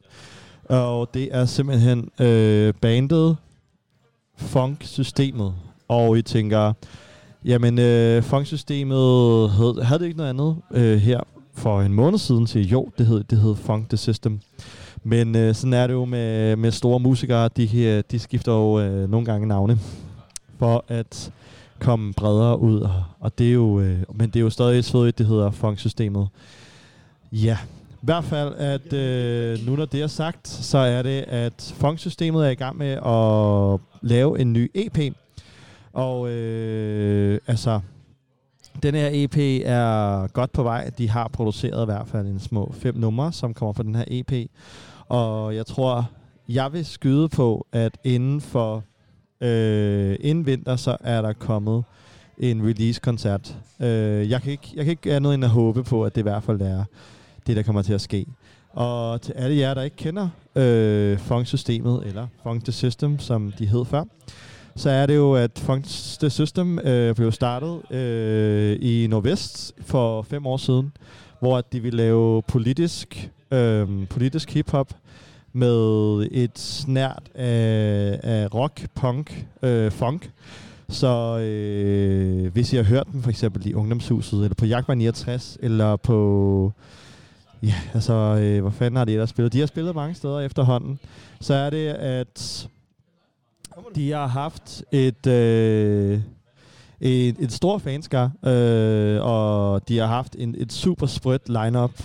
Og det er simpelthen øh, bandet Funk-systemet. Og I tænker, jamen øh, Funk-systemet hed, havde det ikke noget andet øh, her for en måned siden til, jo, det hed, det hed Funk The System. Men øh, sådan er det jo med, med store musikere, de, her, de skifter jo øh, nogle gange navne for at komme bredere ud. Og, og det er jo, øh, men det er jo stadig svedigt, det hedder Funk-systemet. Ja, i hvert fald, at øh, nu når det er sagt, så er det, at Funk-systemet er i gang med at lave en ny E P. Og øh, altså, den her E P er godt på vej. De har produceret i hvert fald en små fem numre, som kommer fra den her E P. Og jeg tror, jeg vil skyde på, at inden for øh, inden vinter, så er der kommet en release-koncert. Øh, jeg kan ikke, jeg kan ikke andet end at håbe på, at det i hvert fald er det, der kommer til at ske. Og til alle jer, der ikke kender øh, Funk-systemet, eller Funk The System, som de hed før, så er det jo, at Funk The System øh, blev startet øh, i Nordvest for fem år siden, hvor de ville lave politisk, øh, politisk hip-hop med et snært af, af rock, punk, øh, funk. Så øh, hvis I har hørt dem for eksempel i Ungdomshuset, eller på Jagtbar niogtres, eller på... Ja, altså, øh, hvor fanden har de ellers spillet? De har spillet mange steder efterhånden. Så er det, at de har haft et, øh, et, et stort fanskar, øh, og de har haft en, et super sprødt line-up.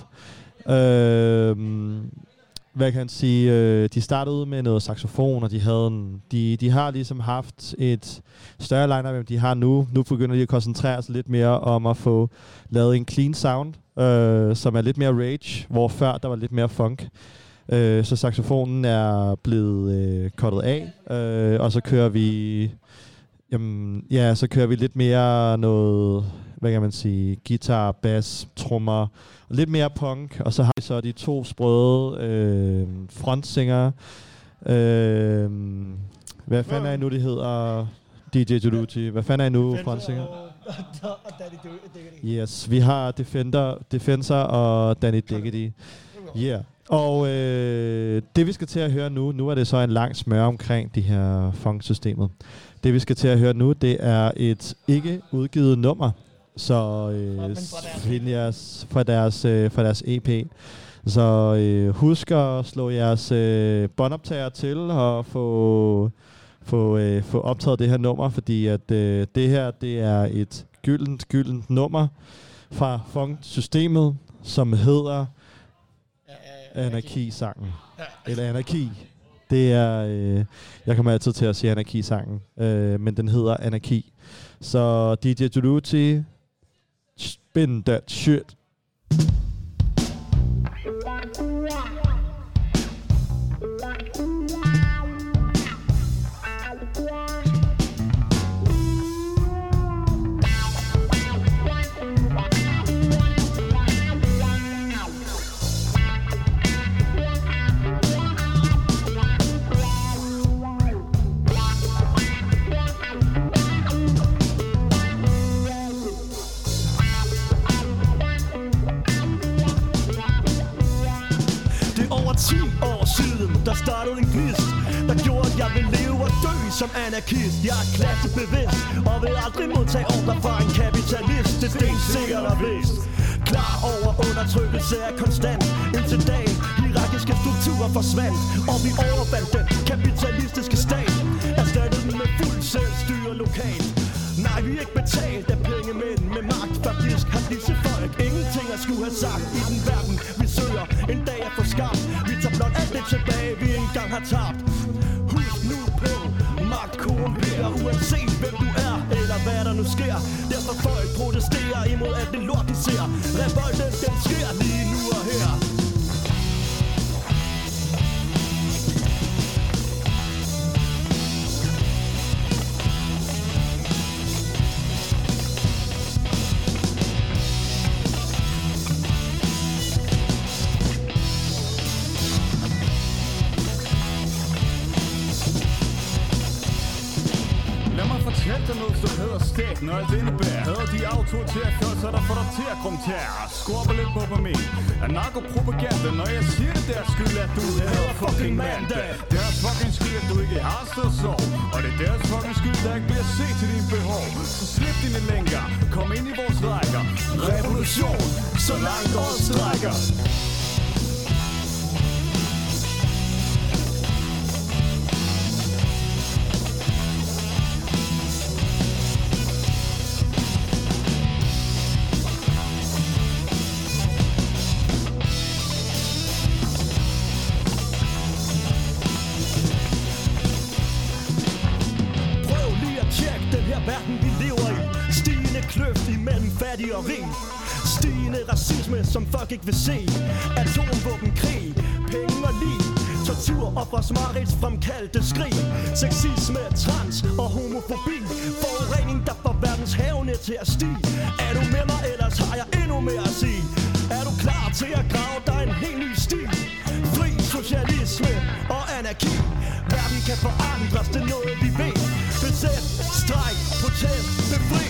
Øh, hvad kan man sige? Øh, de startede ud med noget saxofon, og de havde en, de, de har ligesom haft et større line-up, end de har nu. Nu begynder de at koncentrere sig lidt mere om at få lavet en clean sound, øh, som er lidt mere rage, hvor før der var lidt mere funk. Øh, så saxofonen er blevet øh, cuttet af, øh, og så kører vi, jamen, ja, så kører vi lidt mere noget, hvad kan man sige, guitar, bass, trommer, lidt mere punk, og så har vi så de to sprøde øh, frontsingere. Øh, hvad fanden er I nu, det hedder? D J Juluti. Hvad fanden er I nu, frontsinger? Yes, vi har Defender, Defensor og Danny Diggity. Yeah. Og øh, det vi skal til at høre nu, nu er det så en lang smør omkring de her funk-systemet. Det vi skal til at høre nu, det er et ikke udgivet nummer, så øh, find jeres fra deres øh, fra deres E P. Så øh, husk at slå jeres øh, båndoptager til og få få øh, få optaget det her nummer, fordi at øh, det her det er et gyldent gyldent nummer fra funk-systemet, som hedder Anarki-sangen. Ja. Eller Anarki. Det er, øh, jeg kommer altid til at sige Anarki-sangen, øh, men den hedder Anarki. Så D J Juluti, spin that shit.
der startede en gnist, der gjorde, at jeg vil leve og dø som anarkist. Jeg er klassebevidst og vil aldrig modtage ordre fra en kapitalist. Det er stensikkert og vist. Klar over undertrykkelse er konstant, indtil dagen hierarkiske strukturer forsvandt, og vi overvandt den kapitalistiske stat, erstattede den med fuld selvstyre lokalt. Nej, vi er ikke betalt af pengemænd med magt. Faktisk har disse folk ingenting at skulle have sagt i den verden, vi søger en dag at få skabt. Vi tager blot alt det tilbage, vi engang har tabt. Husk nu på, magt korrumperer, uanset hvem du er, eller hvad der nu sker. Derfor folk protesterer imod alt det lort, de ser. Revolten, den sker lige nu og her.
Når alt indebærer Hader de autoritære følelser, der får dig til at kommentere. Skorper lidt på på mig af narkopropaganda. Når jeg siger det, deres skyld, at du hader fucking mandag. Deres fucking skyld, at du ikke har stået så. Og det er deres fucking skyld, der ikke bliver set til dine behov. Så slip dine lænker, kom ind i vores rækker. Revolution, så langt året strækker. Og rig. Stigende racisme, som folk ikke vil se. Atomvåbenkrig, penge og lig. Tortur og forsmarits fremkaldte skrig. Sexisme, trans og homofobi. Forurening, der får verdens havne til at stige. Er du med mig, ellers har jeg endnu mere at sige. Er du klar til at grave dig en helt ny stil? Fri socialisme og anarki. Verden kan forandres, det er noget vi ved. Besæt, strejk, protest, befri.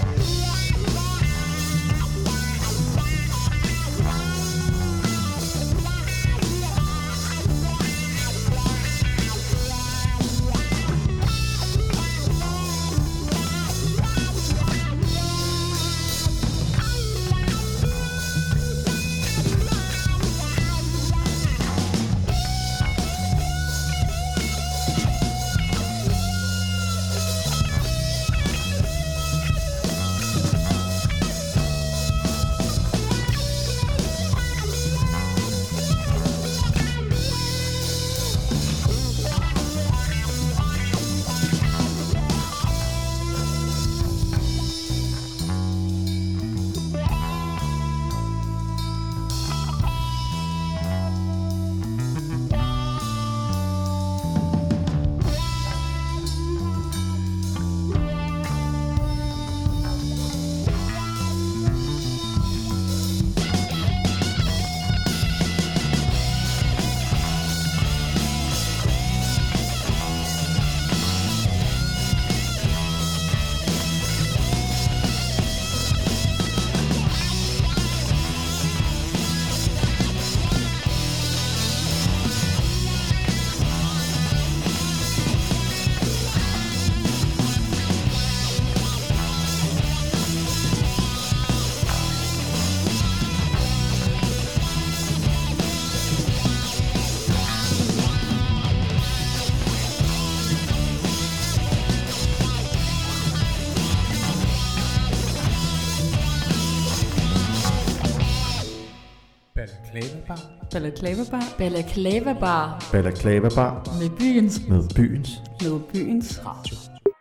Balaklava Bar. Balaklava Bar.
Balaklava Bar.
Med byens.
Med byens.
Med byens radio.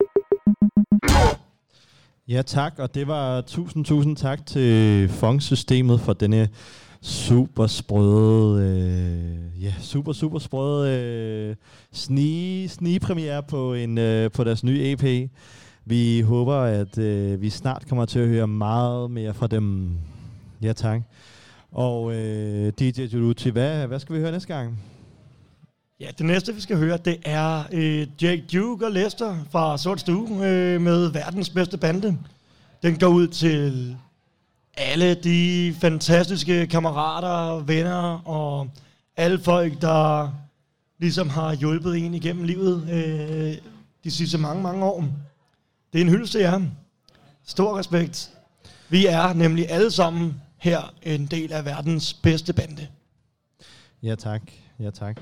Ja tak, og det var tusind, tusind tak til Funk-systemet for denne super sprøde, øh, ja, super, super sprøde øh, snige, snige-premiere på, en, øh, på deres nye E P. Vi håber, at øh, vi snart kommer til at høre meget mere fra dem. Ja tak. Og øh, D J Jeruti, hvad, hvad skal vi høre næste gang?
Ja, det næste vi skal høre, det er øh, Jake Duke og Lester fra Sort Stue øh, med verdens bedste bande. Den går ud til alle de fantastiske kammerater, venner og alle folk, der ligesom har hjulpet en igennem livet øh, de sidste mange, mange år. Det er en hyldest til jer. Stor respekt. Vi er nemlig alle sammen her en del af verdens bedste bande.
Ja tak, ja tak.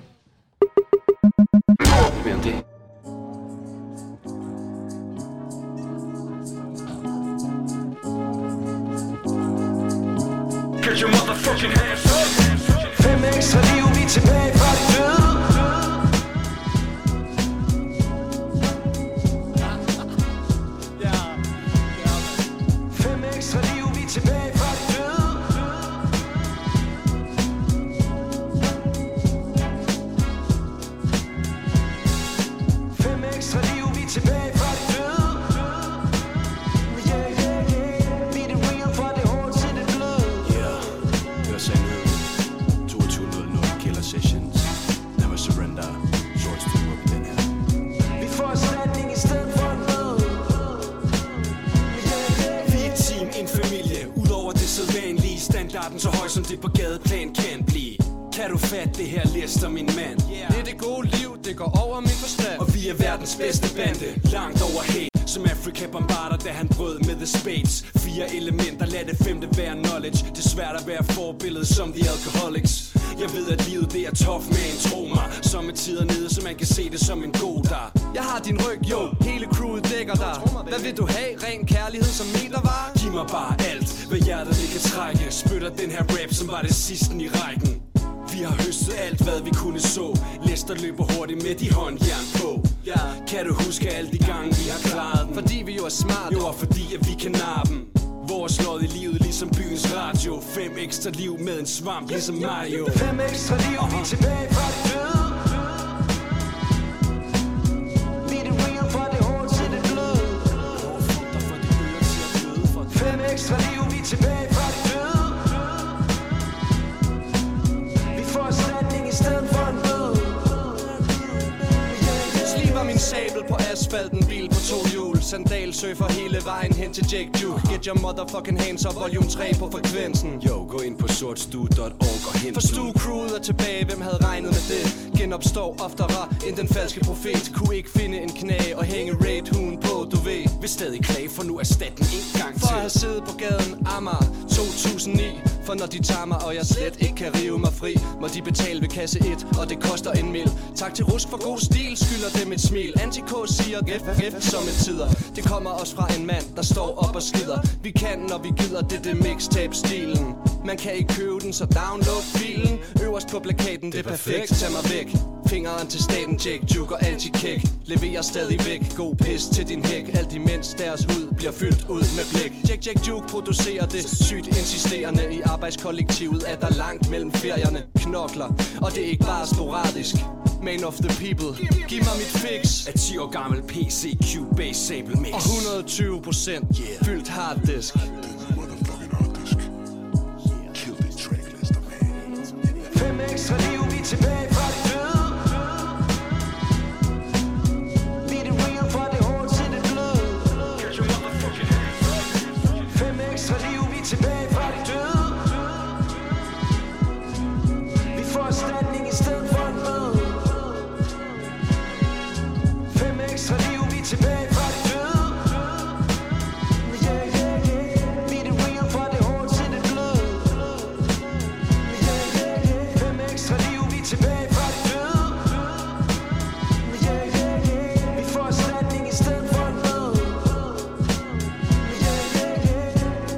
Mere end det.
Get your motherfucking hands up.
Fem ekstra liv, vi er tilbage fra de døde. Fem ekstra liv, vi er tilbage fra de døde. Fem ekstra liv, vi er tilbage fra de døde. Yeah, yeah, yeah. Vi er det real fra det hårdt til det bløde.
Hør sandheden. toogtyve nul nul Killer Sessions. Never surrender. Short stream op i den her.
Vi får erstatning i stedet for en bøde.
Vi er et team, en familie. Udover det sædvanlige, standarden så høj som det på gadeplan kan blive. Kan du fatte det her, Lester, min mand? Yeah. Det er det gode liv, det går over min forstand. Og vi er verdens bedste bande, langt over hate. Som Afrika Bombarder, da han brød med The Spades. Fire elementer, lad det femte være knowledge. Det er svært at være forbillede som The Alcoholics. Jeg ved at livet det er tough, man, tro mig. Som er tider nede, så man kan se det som en god dag. Jeg har din ryg, jo, hele crewet dækker dig. Hvad vil du have? Ren kærlighed som metervare? Giv mig bare alt, hvad hjertet det kan trække. Spytter den her rap, som var det sidste i rækken. Vi har høstet alt, hvad vi kunne så. Lester løber hurtigt med de håndjern på. Ja. Kan du huske alle de gange, vi har klaret den? Fordi vi jo er smarte. Jo, og fordi at vi kan narre dem. Vores lod i livet, ligesom byens radio. Fem ekstra liv med en svamp, ligesom Mario.
Fem ekstra liv, vi er tilbage fra de døde. Vi er det real fra det hårdt til det bløde. Fem ekstra liv, vi er tilbage fra de døde. I stedet for en bøde.
Sliber min sabel på asfalten, bil på to hjul. Sandal surfer hele vejen hen til Jake Duke. Get your motherfucking hands up, volume tre på frekvensen.
Yo, gå ind på sortstue punktum org og hent.
For stuecrewet er tilbage, hvem havde regnet med det? Genopstår oftere end den falske profet. Kunne ikke finde en knæ og hænge raid-hunden på, du ved.
Vil stadig klage for nu erstatning en gang
for
til.
For at have siddet på gaden Amager to tusind ni. For når de tager mig, og jeg slet ikke kan rive mig fri, må de betale ved kasse et, og det koster en mil. Tak til Rusk for god stil, skylder dem et smil. Anti-K siger gæft, gæft som et tider. Det kommer også fra en mand, der står op og skider. Vi kan, når vi gider, det er det mixtape-stilen. Man kan ikke købe den, så download filen. Øverst på plakaten, det er perfekt, tag mig væk. Fingeren til staten, Jake Duke og Anti-Kick. Leverer stadig væk, god pis til din hæk. Alt imens deres hud bliver fyldt ud med blik. Jake, Jake Duke producerer det sygt insisterende. I arbejdskollektivet er der langt mellem ferierne. Knokler, og det er ikke bare sporadisk. Man of the people, giv mig mit fix.
Af ti år gammel P C Cubase Sable Mix.
Og et hundrede og tyve procent yeah. Fyldt harddisk.
Fem ekstra liv, vi er tilbage fra de døde. Vi er det real fra det hårdt til det bløde. Fem ekstra liv, vi er tilbage fra de døde. Vi får erstatning i stedet for en bøde. Fem ekstra liv, vi er tilbage fra de døde. Yeah, yeah, yeah. Vi er det real fra det hårdt til det bløde. Ekstra liv, vi er tilbage fra de døde. Yeah, yeah, yeah. Vi får erstatning i stedet for en bøde. Yeah, yeah, yeah.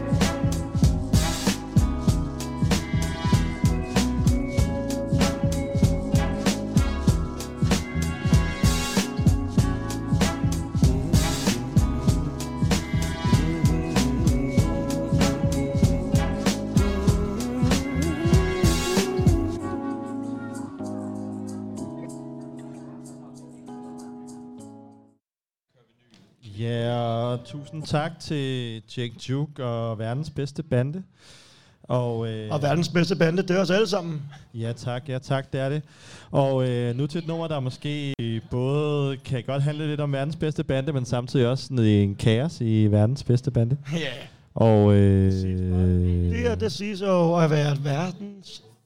Ja, og tusind tak til Jake Duke og verdens bedste bande. Og, øh,
og verdens bedste bande, det er os alle sammen.
Ja tak, ja tak, det er det. Og øh, nu til et nummer, der måske både kan godt handle lidt om verdens bedste bande, men samtidig også ned i en kaos i verdens bedste bande.
Ja. Yeah.
Og øh,
det her, det siges jo at være verdens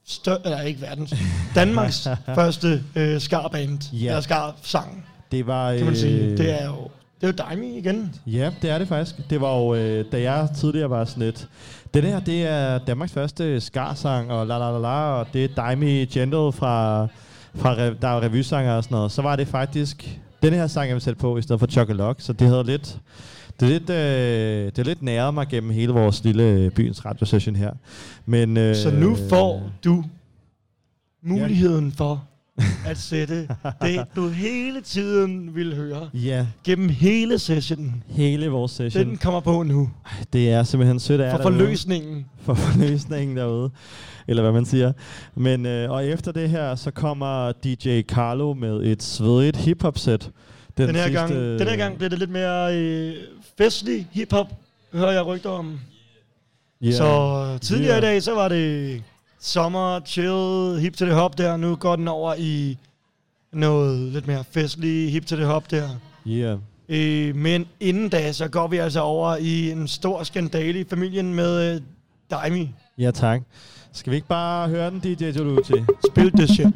stør, eller ikke verdens, Danmarks første øh, skarband,
Ja.
eller skar-sang,
Det var...
kan man sige.
øh,
Det er jo, det er jo Daimi igen.
Ja, det er det faktisk. Det var jo, øh, da jeg tidligere var sådan lidt... Det her, det er Danmarks første skarsang, og la la la la, og det er Daimi Gentle fra... fra rev- der er revysanger og sådan noget. Så var det faktisk... Den her sang, jeg vil sætte på, i stedet for Chocolate, så det havde lidt... Det er lidt, øh, det er lidt næret mig gennem hele vores lille byens radiosession her. Men, øh,
Så nu får du muligheden for at sætte det, du hele tiden vil høre.
Ja.
Gennem hele sessionen.
Hele vores session.
Den kommer på nu.
Det er simpelthen sødt af
For
derude.
forløsningen.
For forløsningen derude. Eller hvad man siger. Men, øh, og efter det her, så kommer D J Carlo med et svedigt hiphop-sæt.
Den, den, her sidste, gang, den her gang bliver det lidt mere øh, festlig hiphop, hører jeg rygter om.
Yeah.
Så tidligere
Yeah.
i dag, så var det sommer, chill, hip til det hop der. Nu går den over i noget lidt mere festlig, hip til det hop der.
Yeah.
Øh, men inden da, så går vi altså over i en stor skandale i familien med øh, Daimi.
Ja, tak. Skal vi ikke bare høre den, D J Jolucci?
Spil det shit.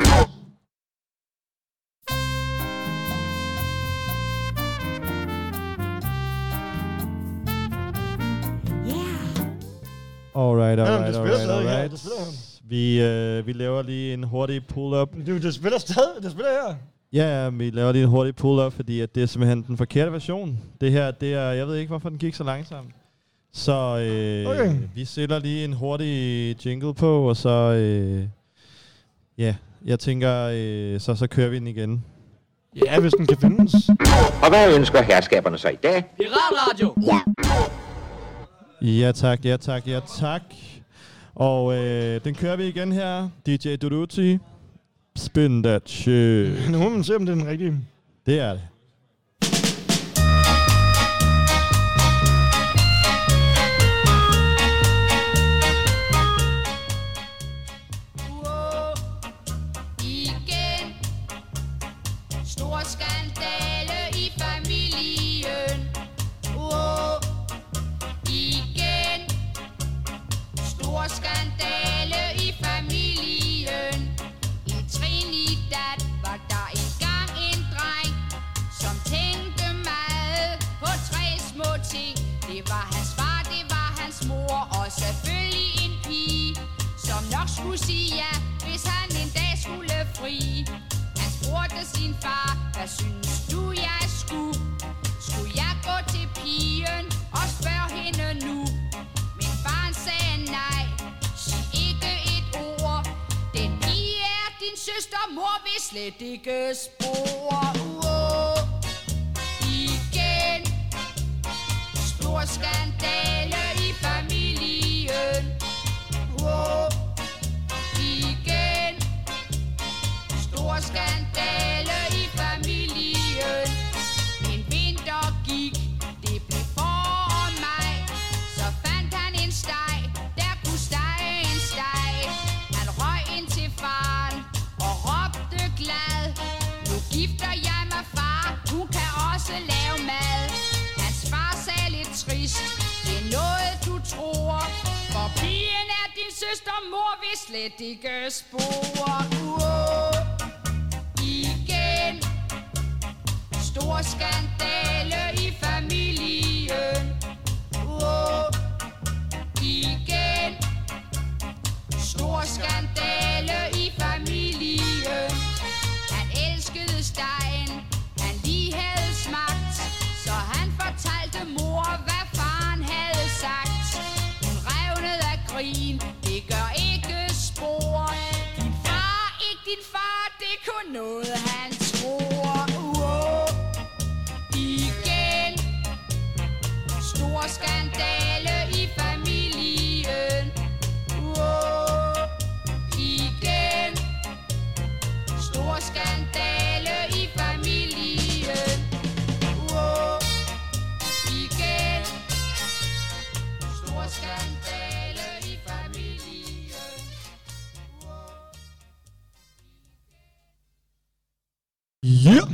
Alright,
Ja,
alright,
det spiller
alright,
stadig her,
alright.
det spiller her.
Vi, øh, vi laver lige en hurtig pull-up.
Du, det spiller stadig, det spiller her.
Ja, ja, vi laver lige en hurtig pull-up, fordi at det er simpelthen den forkerte version. Det her, det er, jeg ved ikke, hvorfor den gik så langsomt. Så øh,
Okay.
vi sætter lige en hurtig jingle på, og så, øh, ja, jeg tænker, øh, så, så kører vi den igen.
Ja, hvis den kan findes.
Og hvad ønsker herskaberne så i dag?
Piratradio!
Ja.
Ja tak, ja tak, ja tak. Og øh, den kører vi igen her. D J Duruti. Spin that shit.
Nu må man se, om det er den rigtige.
Det er det.
Igen. Stor skandale i familien. Wow. Igen. Stor skandale i familien. I Trinidad var der engang en dreng, som tænkte meget på tre små ting. Det var hans far, det var hans mor, og selvfølgelig en pige, som nok skulle sige ja, hvis han en dag skulle fri. Han spurgte sin far, hvad synes du jeg skulle? Skulle jeg gå til pigen og spørge hende nu? Men faren sagde nej, sig ikke et ord. Den pige er din søster, mor vil slet ikke spore. Uåh. Igen. Stor skandale i familien. Uåh. Igen. Stor skandale i familien. En vinter gik, det blev forår og maj. Så fandt han en steg, der kunne stege en steg. Han røg ind til faren og råbte glad. Nu gifter jeg mig, far, hun kan også lave mad. Hans far sagde lidt trist, det er noget du tror. For pigen er din søster, mor vil slet ikke spore. Uåh. Igen. Stor skandale i familien. Uåh. Igen. Stor skandale i familien. Han elskede stegen, han lige havde smagt, så han fortalte mor, hvad faren havde sagt. Hun revnede af grin, det gør ikke spor. Din far, ikke din far, det er kun noget han tror. Uåh. Igen. Stor skandale i familien. Uåh. Igen. Stor skandale i familien. Uåh. Igen. Stor skandale i familien.
Ja.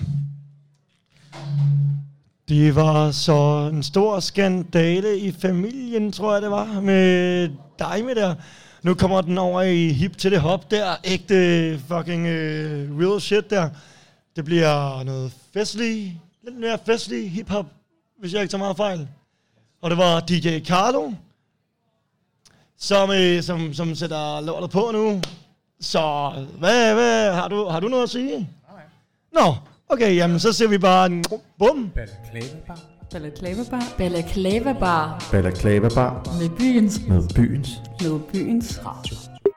Det var så en stor skandale i familien, tror jeg det var, med Daimi der. Nu kommer den over i hip til det hop der. Ægte fucking uh, real shit der. Det bliver noget festlig, lidt mere festlig hip-hop, hvis jeg ikke tager meget fejl. Og det var D J Carlo, som, øh, som, som sætter lortet på nu. Så hvad, hvad har, du, har du noget at sige? Nej. Nå, okay, jamen så ser vi bare en bum.
Balaklava Bar. Balaklava Bar. Balaklava Bar.
Balaklava Bar.
Med byens.
Med byens.
Med byens radio.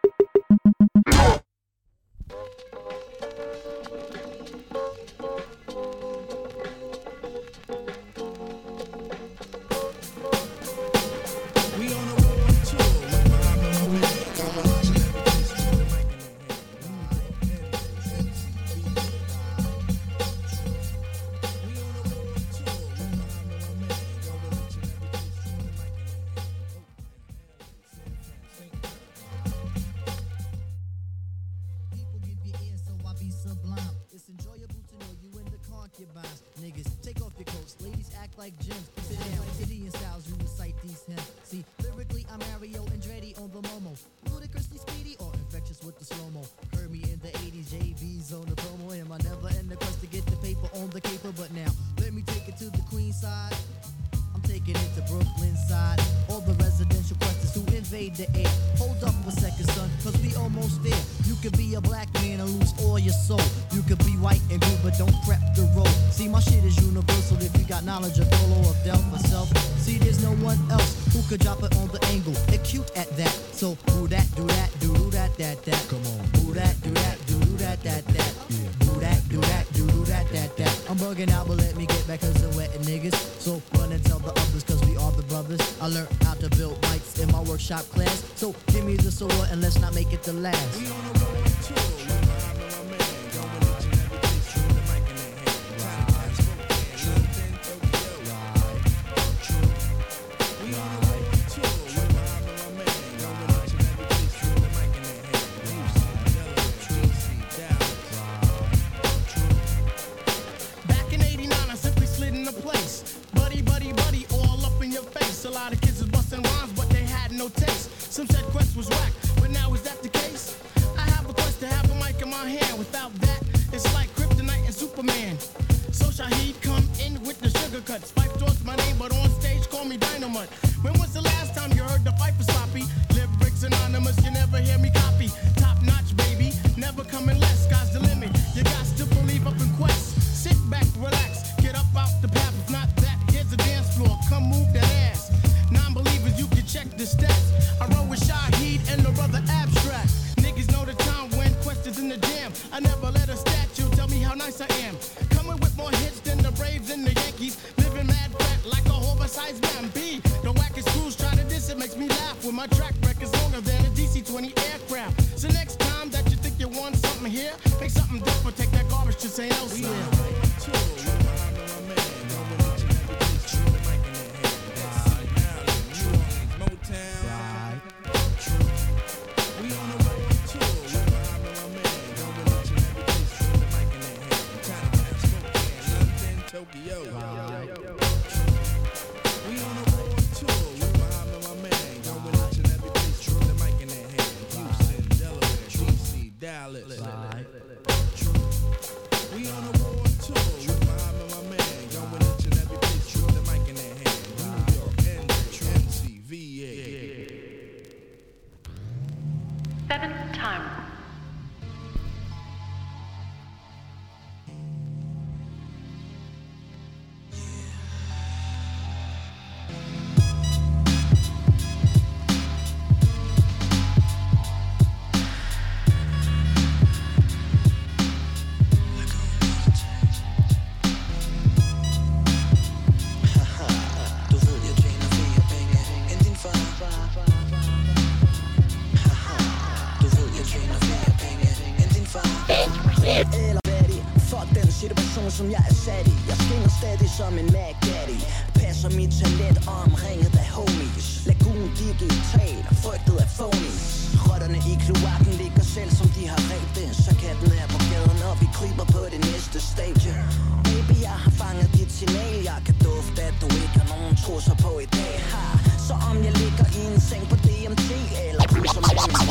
Som jeg er sat i. Jeg skinner stadig som en Mac Daddy. Passer mit talent omringet af homies. Lagoon digital, frygtet af phonies. Rotterne i kloakken ligger selv som de har ræbt det. Så katten er på gaden, og vi kryber på det næste stage. Baby, jeg har fanget dit signal. Jeg kan dufte, at du ikke har nogen trusser på i dag. Ha. Så om jeg ligger i en seng på D M T eller som en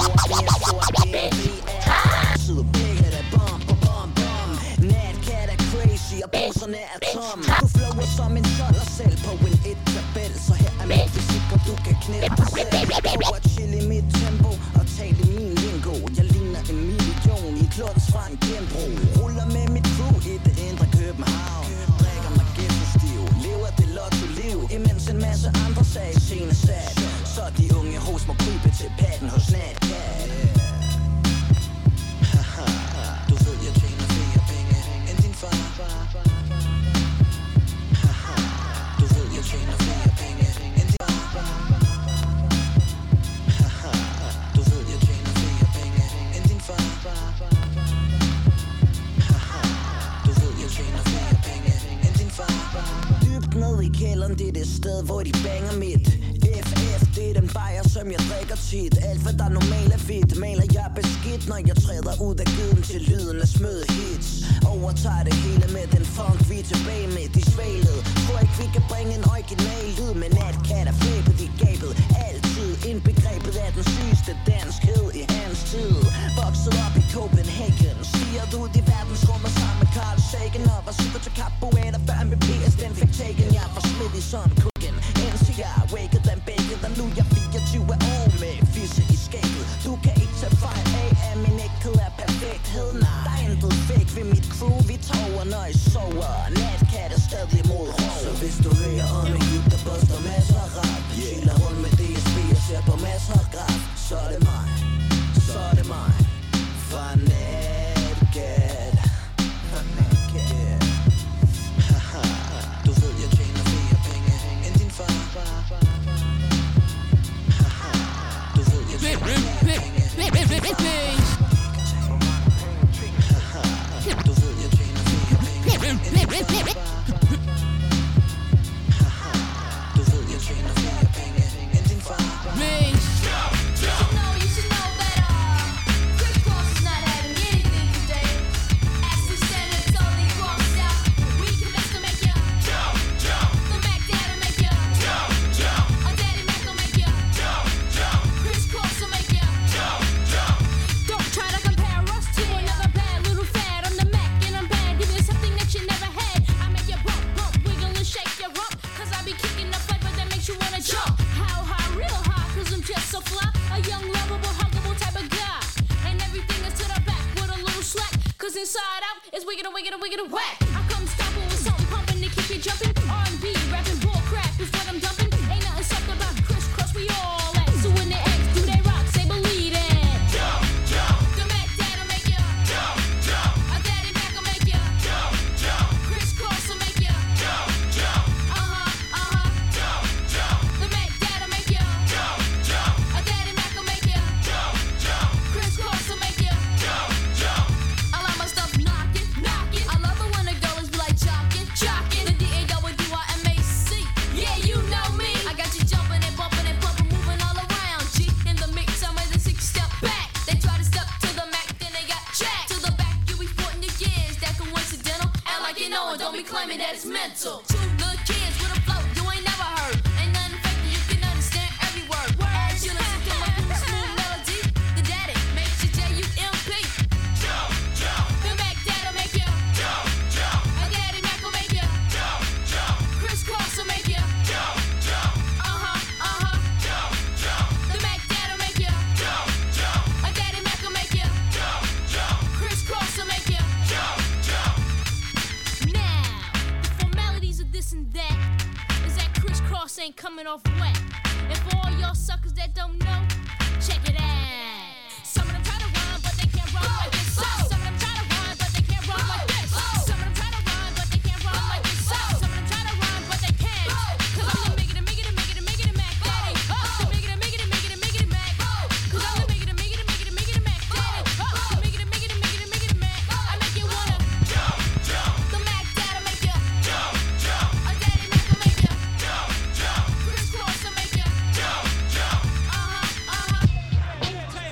sted, hvor de banger mit. F F, det er den bajer, som jeg drikker tit. Alt hvad der normalt er fedt, maler jeg beskidt, når jeg træder ud af gyden til lyden af smøde hits. Overtager det hele med den funk, vi er tilbage med de svalede. Tror ikke vi kan bringe en original lyd, men natkat er flæbet i gabet. Altid indbegrebet af den sygeste danskhed i hans tid. Vokset op i Copenhagen, stiger ud i verdensrummet sammen med Carl Sagan. Og var super til capoeira, før M V P S den fik taken. Jeg var smidt i sådan kukken, indtil jeg waked and baked. Og nu jeg fireogtyve år med fisse i skabet. Du kan ikke tage fejl af, at min ægthed er perfekthed. Nej, der er intet fake ved mit crew, vi toger når I sover. Natkat er stadig imod rov. Så hvis du hører om en jul, der buster masser af rap, chiller rundt med D S B og ser på masser af graf, så er det mig, så er det mig. For Natkat, for Natkat. Haha, du ved jeg tjener flere penge end din far. Haha, du ved jeg tjener flere penge end din far. Haha, du ved jeg tjener flere penge end din far. Haha, du ved jeg tjener flere penge end din far.
Inside out is wicked and wicked and wicked and whack. I come stopping with something pumping to keep you jumping. R and B, rapping bull crap is what I'm dumping. Ain't nothing soft about crisscross, we all at. So when the X do they rock, say believe it. Jump, jump. The Mac Dad'll make you jump, jump. A Daddy Mac will make you jump, jump. Crisscross will make you jump, jump. Uh-huh, uh-huh. Jump, jump. The Mac Dad'll make you jump, jump. A Daddy Mac will make you jump, jump. Crisscross will make you jump, jump. I like my stuff knocking, knocking. I love it when the girls be like jocking, jocking. The D A W I M A C. Yeah, you know me. I got you jumping and bumping and pumping, moving all around. G in the mix, I'm ready to six step back. They try to step to the Mac, then they got jacked. To the back, you be sporting your years. That coincidental. Act like you know it, don't be claiming that it's mental. Two little kids with a flow you ain't never heard. Ain't nothing fake, you can understand every word. As you listen to my cool smooth melody, the daddy makes you J U M P. Jump, jump. The Mac Dad'll make you jump, jump. A Daddy Mac will make you jump, jump. Crisscross will make you jump, jump. Uh-huh, uh-huh. Jump, jump. The Mac Dad'll make you jump, jump. A Daddy Mac will make you jump, jump. Crisscross will make you jump, jump. Now, the formalities of this and that is that crisscross ain't coming off wet. And for all y'all suckers that don't know, check it out. Some of them try to rhyme, but they can't rhyme like this. Some of them try to rhyme, but they can't rhyme like this. Some of them try to rhyme, but they can't rhyme like this. Some of them try to rhyme, but they can't. Cause I'm the miggity, miggity, miggity, miggity Mac Daddy. The miggity, miggity, miggity, miggity Mac. Cause I'm the miggity, miggity, miggity, miggity Mac Daddy. The miggity, miggity, miggity, miggity Mac. I make you wanna jump, jump. The Mac Dad'll make you jump, jump. A Daddy Mac will make you jump, jump. Crisscross will make you jump, jump. Uh-huh, uh-huh.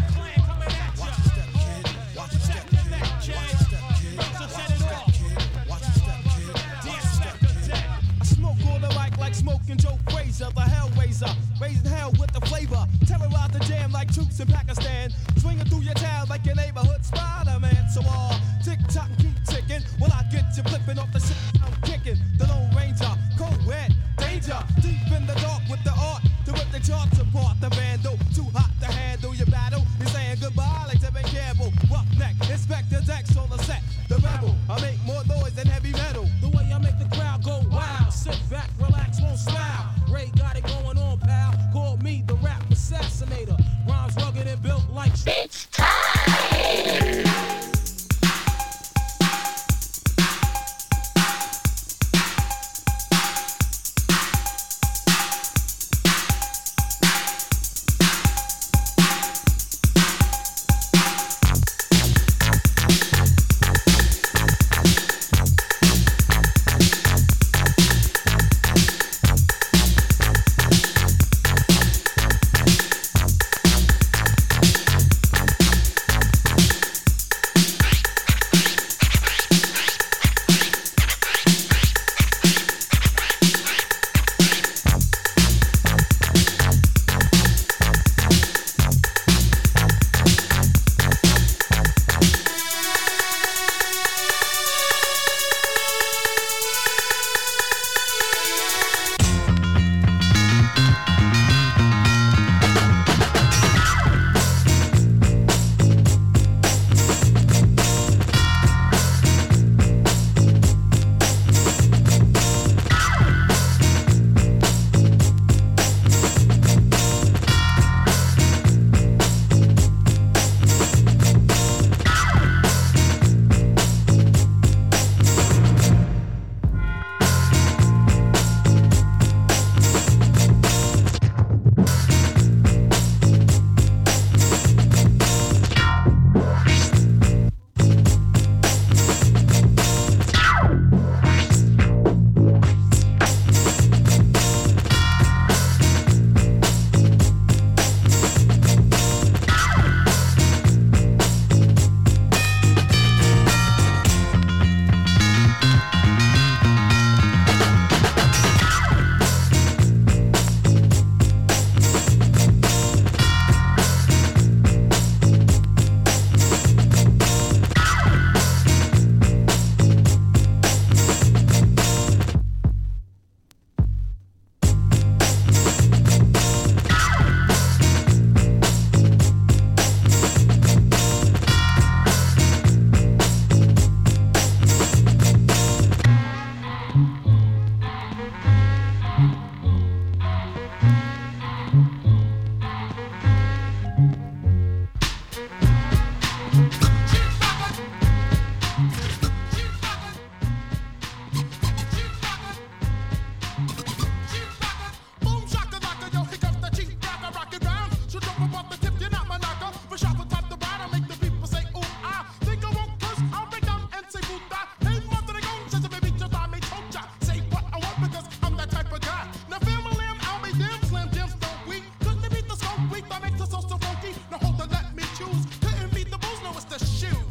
I smoke on the mic like smoking Joe Frazier, the Hellraiser, raising hell with the flavor, terrorize the jam like troops in Pakistan, swinging through your town like your neighborhood Spider-Man. So all uh, tick tock keep ticking, when I get you flipping off the shit I'm kicking. The Lone Ranger, cold wet, danger, deep in the dark with the art to rip the charts apart. The vandal, too hot to handle your battle. He's saying goodbye like Devin Campbell. Roughneck, Inspector Dex on the set. The rebel, I make more noise than heavy metal. The way I make the crowd go wild. Sit back, relax, won't smile. Ray got it going on, pal. Call me the rap assassinator. Rhymes rugged and built like it's time.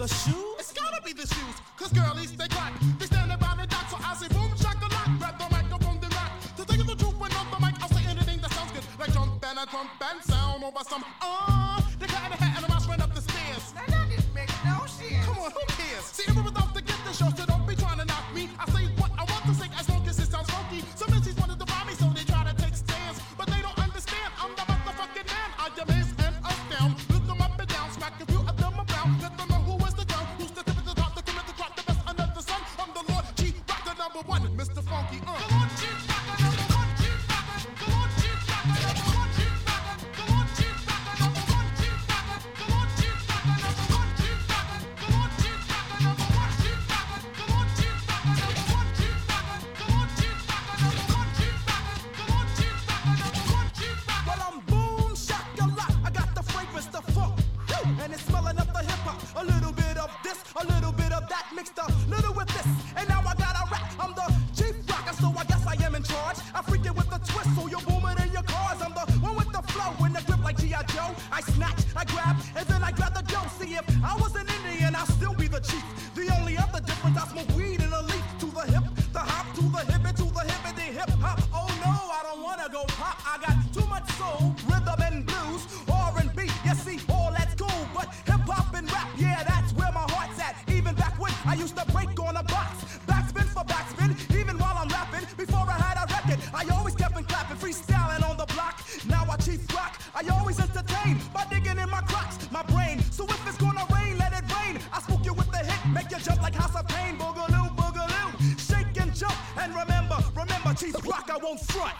shoes? It's gotta be the shoes, cause girlies, they crack. They stand around the dock, so I say boom, shakalak. Grab the microphone, then rock. To take the truth when on the mic, I'll say anything that sounds good. Like jump and a trump and sound over some, uh, the cat in the hat and the mouse ran up the stairs.
Now that didn't make no sense.
Come on, who cares? See, everyone's out to get the show, so don't be trying to knock me. I say what I want to say as long as it sounds funky. Some M Cs wanted to buy me, so they try to take stands. But they don't understand, I'm the motherfucking man. I amaze and astound. Look them up and down, smack a few of them around. Let them know who is the ground, who's the tip of the top, the commit the crop, the best under the sun. I'm the Lord Chief Rocker number one, Mister Funky. Uh. The Lord Chief Rocker number one, Chief Rocker. The Lord Chief Rocker number one, Chief Rocker. The Lord Chief Rocker number one, Chief Rocker. The Lord Chief Rocker number one, Chief Rocker. The Lord Chief Rocker number one, Chief Rocker. The Lord Chief Rocker number one, Chief Rocker. The Lord Chief Rocker number one, Chief Rocker. The Lord Chief Rocker number one, Chief Rocker. Well, I'm boom, shakalak. I got the fragrance, the funk, and it's smelling up the hip hop. A little bit of this, a little bit of that, mixed a little with this, and now I got a rap. I'm the chief rocker, so I guess I am in charge. I freak it with the twist, so you're booming in your cars. I'm the one with the flow, in the grip like G I Joe. I snatch, I grab, and then I grab the dough. See, if I was an Indian, I'll still be the chief. The only other difference, I smoke weed in a leaf. To the hip, the hop, to the hip, and to the hip, and the hip hop. Oh no, I don't wanna go pop. I got too much soul, rhythm and blues, R and B. You see, all that's cool, but hip hop and rap, yeah, that's where my heart's at. Even back when I used to break on a box, backspin for backspin, even while I'm rapping. Before I had a record, I always kept on clapping, freestyling on the block. Now I chief rock, I always entertain by digging in my crocs, my brain. So if it's gonna rain, let it rain. I spook you with the hit, make you jump like House of Pain. Boogaloo, boogaloo, shake and jump. And remember, remember, Chief Rock, I won't front.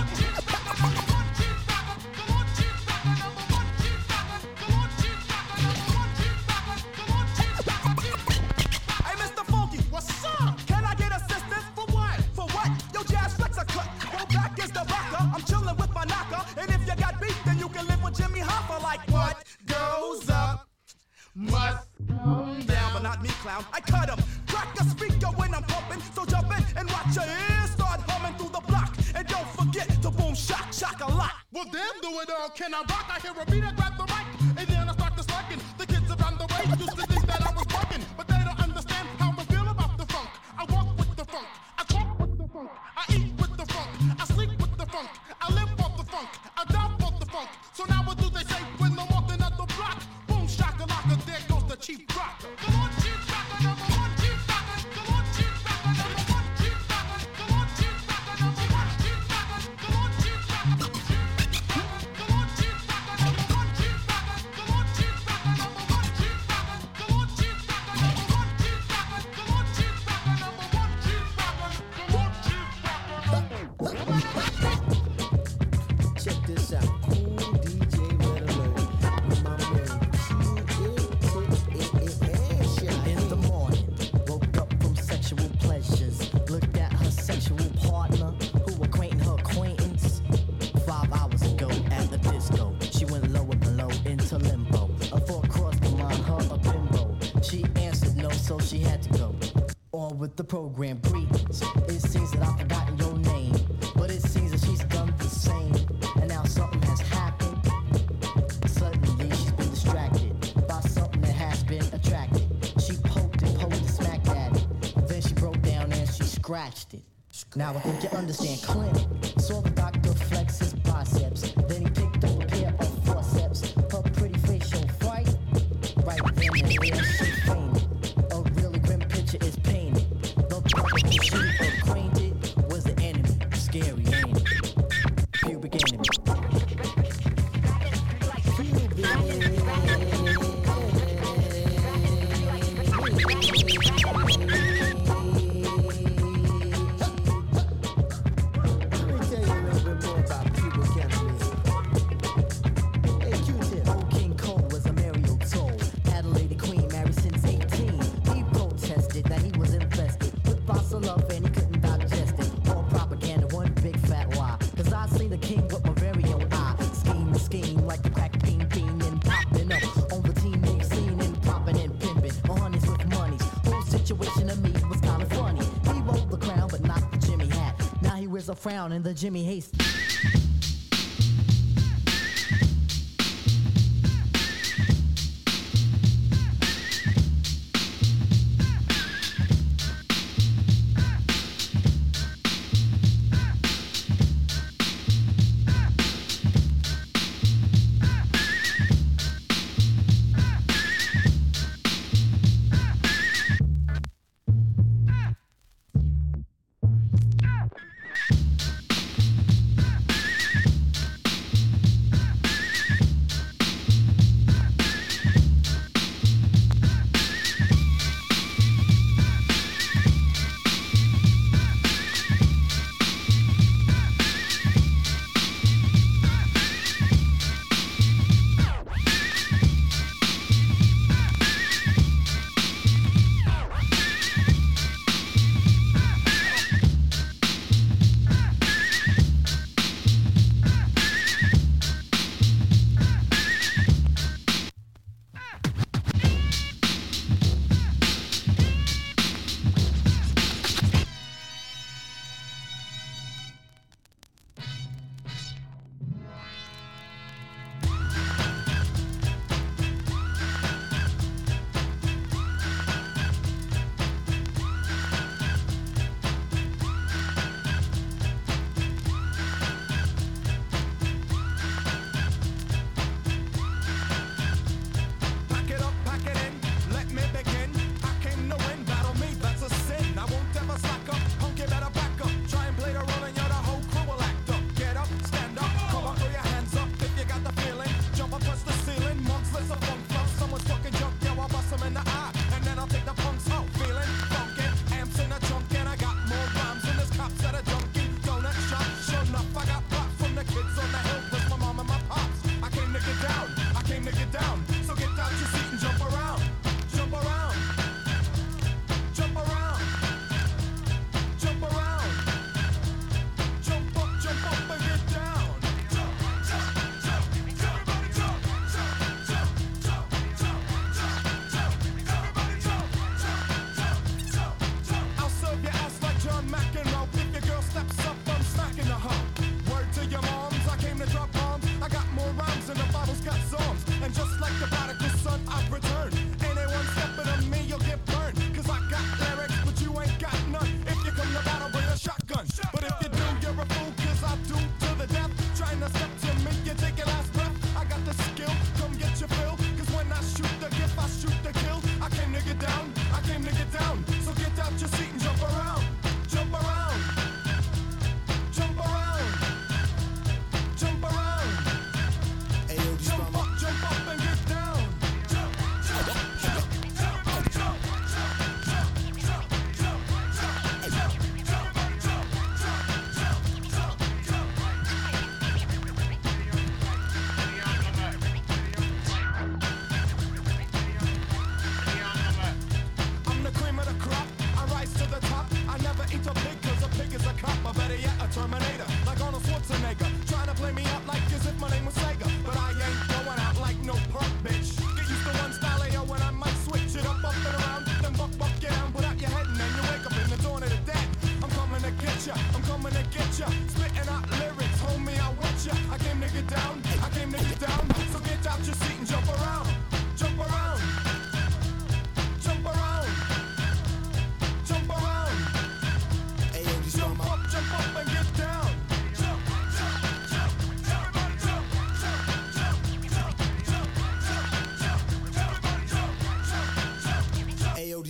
Hey, Mister Funky, what's up? Can I get assistance? For what? For what? Yo, Jazz Flex a cut. Go back is the rocker. I'm chilling with my knocker. And if you got beef, then you can live with Jimmy Hoffa. Like what goes up must come down, but not me, clown. I cut him. Crack a speaker when I'm pumping. So jump in and watch your ears start humming through the block. And don't forget to boom, shock, shock a lot. Well, damn, do it all. Can I rock? I hear a beat, I grab the mic. And then I start to slacking. The kids around the way used to think that I was bugging. But they don't understand how I feel about the funk. I walk with the funk. I talk with the funk. I eat with the funk. I sleep with the funk. I live off the funk. I die off the funk. So now what do they say when I'm walking up the block? Boom, shakalaka, there goes the Chief Rocker. Come on, Chief Rocker, number one, Chief Rocker. Come on, Chief Rocker, number one, Chief Rocker. Come on, Chief Rocker, number one, Chief Rocker. Come on, Chief Rocker, come on, Chief Rocker, number one, Chief Rocker. Come on, Chief Rocker, number one, Chief Rocker. Come on, Chief Rocker, number one, Chief Rocker. Come on, Chief Rocker, number one, Chief Rocker. Come on, Chief Rocker.
Check this out. Cool D J Red Alert. My man, in the morning, woke up from sexual pleasures. Looked at her sexual partner, who acquainted her acquaintance. Five hours ago at the disco, she went lower than low into limbo. A thought crossed her mind, her a bimbo. She answered no, so she had to go. On with the program, greetings. It seems that I've forgotten your name, but it seems that she's done the same. And now something has happened. Suddenly she's been distracted by something that has been attracted. She poked and poked and smacked at it. Then she broke down and she scratched it. Now I think you understand Clint. Saw the doctor flex his biceps. Then he picked up a pair of forceps. Her pretty face showed fright. Right then and there she fainted. A really grim picture is painted. The brother who she acquainted was the enemy. Scary, ain't it? Pubic enemy. A frown in the Jimmy Haste.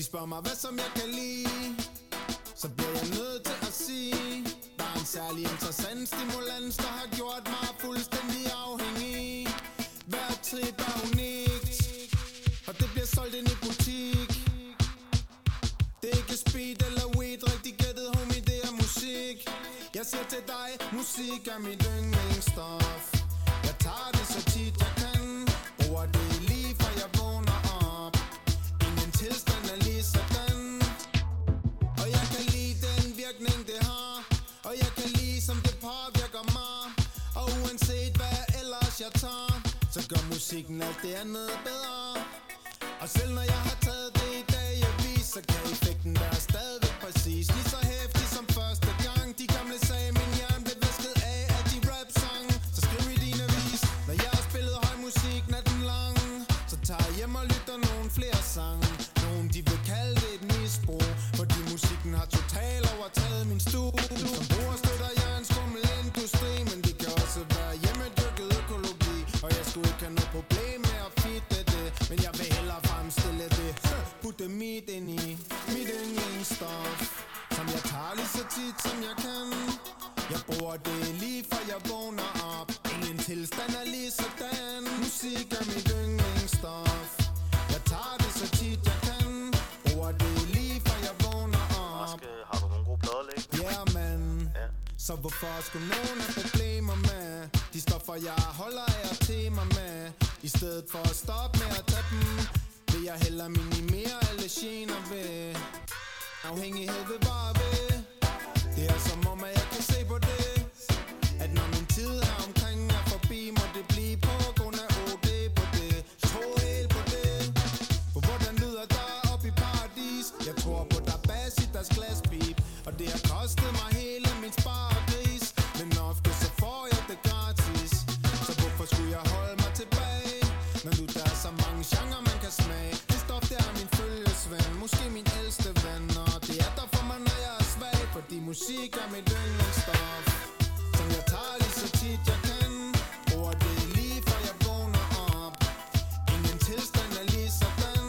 spørger mig, hvad som jeg kan lide, så bliver jeg nødt til at sige, der er en særlig interessant stimulans, der har gjort mig fuldstændig afhængig. Hver trip er unikt, og det bliver solgt ind i butik. Det er ikke speed eller weed, rigtig gættet, homie, det er musik. Jeg siger til dig, musik er mit yndlingsstof. Jeg tager det så tit jeg kan, bruger det lige fra jeg vågner op. Ingen tilstand er lige sådan, og jeg kan lide den virkning det har, og jeg kan lide som det påvirker mig. Og uanset hvad ellers jeg tager, så gør musikken alt det andet bedre. Og selv når jeg har taget det i dag jeg vis, så kan effekten være stadigvæk præcis lige så hæftig som første gang. De gamle sagde, min hjerne blev væsket af af de rap-sange. Så skriv i din avis, når jeg har spillet høj musik natten lang, så tager jeg hjem og lytter nogle flere sange. Nogen de vil kalde det et misbrug, fordi musikken har totalt overtaget min stue. Som bruger støtter jeg en skummel industri, men det kan også være hjemmedyrket økologi. Og jeg skulle ikke have noget problem med at fitte det, men jeg vil hellere fremstille det, putte mit ind i mit yndlingsstof, som jeg tager lige så tit som jeg kan. Jeg bruger det lige fra jeg vågner op. Ingen tilstand er lige sådan. Musik er mit yndlingsstof. Jeg tager det så tit jeg kan. Bruger det lige fra jeg vågner op.
Måske har du nogle gode plader liggende?
Ja, yeah, man. Ja. Så hvorfor skulle nogen have problemer med de stoffer jeg holder af at tage mig med? I stedet for at stoppe med at tage dem, vil jeg hellere minimere alle gener ved afhængighed vil bare ved. Det er som om at jeg kan se på det, at når min tid her omkring er forbi, må det blive på grund af O D på det. Tro helt på det, for hvordan lyder der op i paradis? Jeg tror på der bas i deres glasbib, og det har kostet mig hele min sparegris, men ofte så får jeg det gratis. Så hvorfor skulle jeg holde mig tilbage, når nu der er så mange genrer man kan smage? Det stof der er min følgesven, måske min ældste ven, og det er der for mig når jeg er svag, fordi musik er mit yndlingsstof, som jeg tager lige så tit jeg kan. Bruger det lige fra jeg vågner op. Ingen tilstand er lige sådan.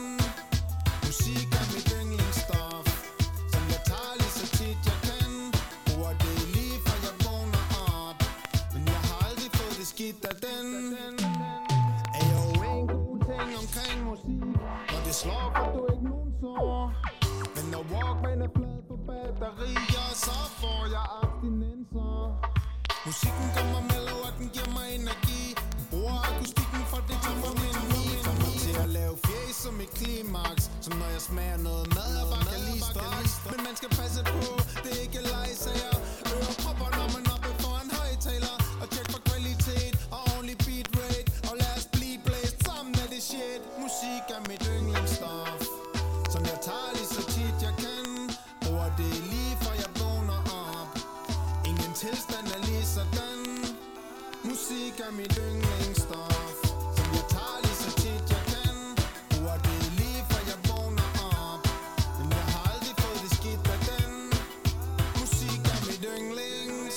Musik er mit yndlingsstof, som jeg tager lige så tit jeg kan. Bruger det lige fra jeg vågner op. Men jeg har aldrig fået det skidt af den. Er jo en god ting omkring musik, og det slår for du ikke nogen sår. Men når Walkman er flad på batterier, så får jeg abstinenser. Musikken kommer mellow, og den giver mig energi. Den bruger akustikken, for det kommer min min. Får mig til at lave fjæs som et klimaks, som når jeg smager noget mad, jeg bare kan lide straks. Men man skal passe på, det er ikke lejesager. Ører propper, når man er oppe for en højtaler. Og tjek for kvalitet og ordentlig beat rate. Og lad os blive blæst sammen af det shit. Musik er mit yndlingsstof, som jeg tager lige så tit jeg kan. Bruger det lige fra jeg vågner op. Ingen tilstand er lige sådan. Musik er mit yndlingsstof, som jeg tager lige så tit jeg kan. Bruger det lige fra jeg vågner op. Men jeg har aldrig fået det skidt af den. Musik er mit yndlings.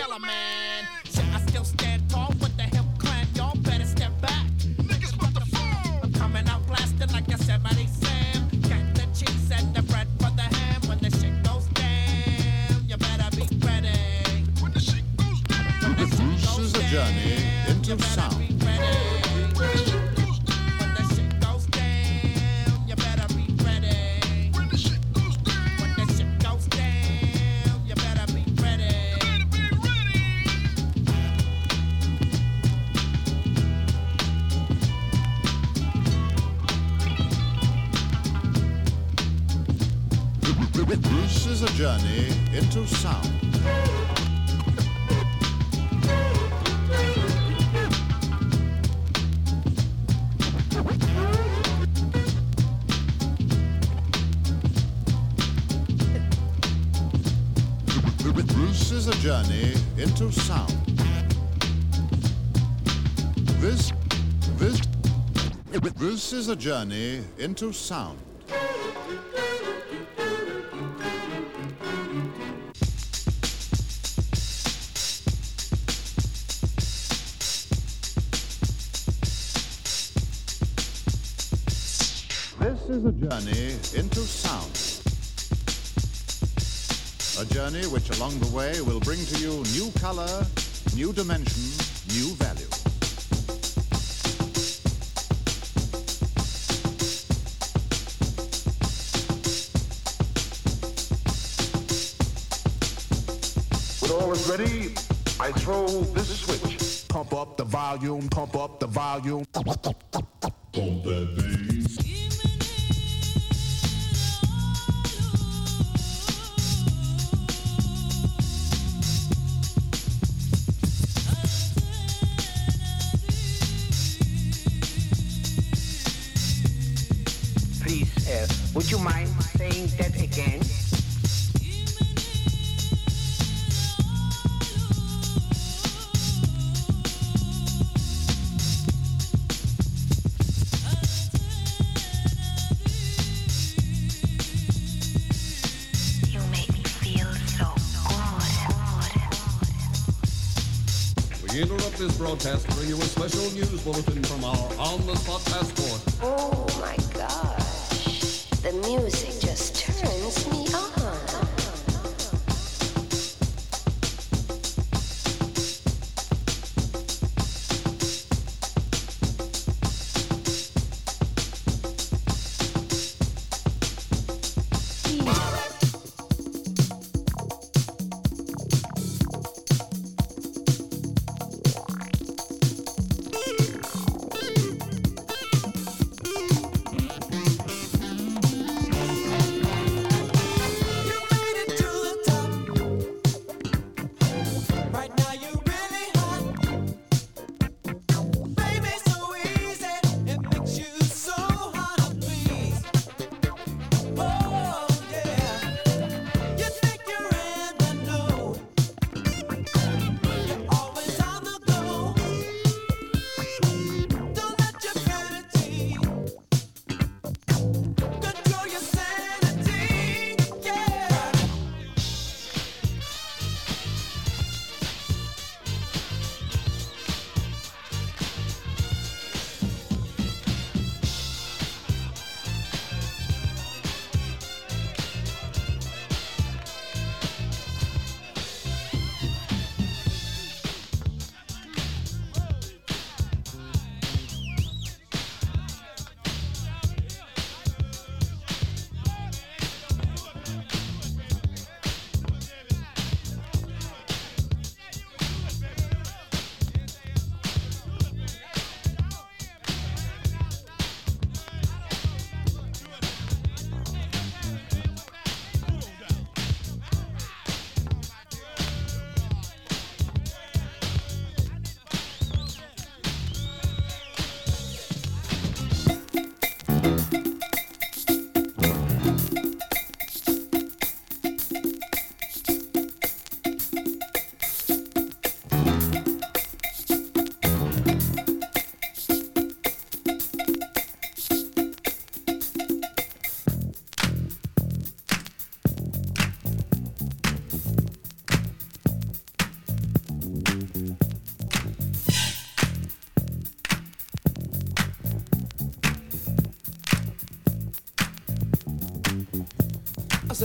Dollar Man. Shit, I still stand tall with the hip clan. Y'all better step back. Niggas about to fall. I'm coming out blasting like Yosemite Sam. Got the cheese and the bread for the ham. When the shit goes down, you better be ready. When the shit goes down,
this is a journey into sound. This is a journey into sound. This is a journey into sound. This, this, this is a journey into sound. This is a journey into sound. A journey which along the way will bring to you new color, new dimension, new value.
When all is ready, I throw this switch.
Pump up the volume, pump up the volume. Pump that bass.
Please, uh, would you mind saying that again?
We interrupt this broadcast to bring you a special news bulletin from our on-the-spot task force.
Oh my gosh, the music just turns me on.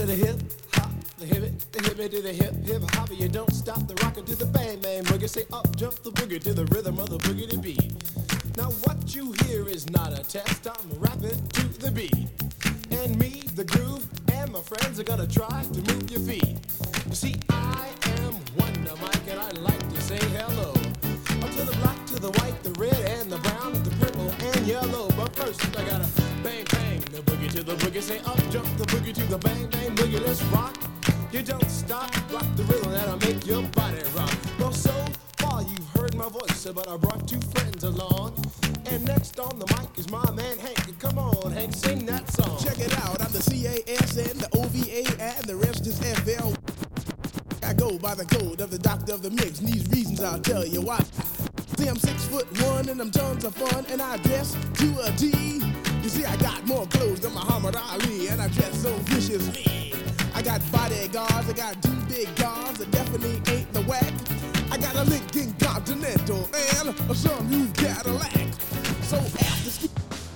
to the hip hop, the hip it, the hip it to the hip hip hop. You don't stop the rockin' to the bang bang boogie. Say up jump the boogie to the rhythm of the boogie to beat. Now what you hear is not a test. I'm rapping to the beat, and me, the groove, and my friends are gonna try to move your feet. You see, I am Wonder Mike, and I like to say hello up to the black, to the white, the red, and the brown, the purple, and yellow. But first, I gotta bang bang the boogie to the boogie. Say up jump the boogie to the bang bang boogie. Let's rock. You don't stop, rock the rhythm that'll make your body rock. Well, so far you've heard my voice, but I brought two friends along. And next on the mic is my man Hank. Come on, Hank, sing that song.
Check it out, I'm the C A S N, the O V A, and the rest is F L. I go by the code of the doctor of the mix, and these reasons I'll tell you why. See, I'm six foot one, and I'm tons of fun, and I dress to a T. You see, I got more clothes than Muhammad Ali, and I dress so viciously. I got bodyguards, I got two big cars that definitely ain't the whack. I got a Lincoln Continental and a some new Cadillac. So after school.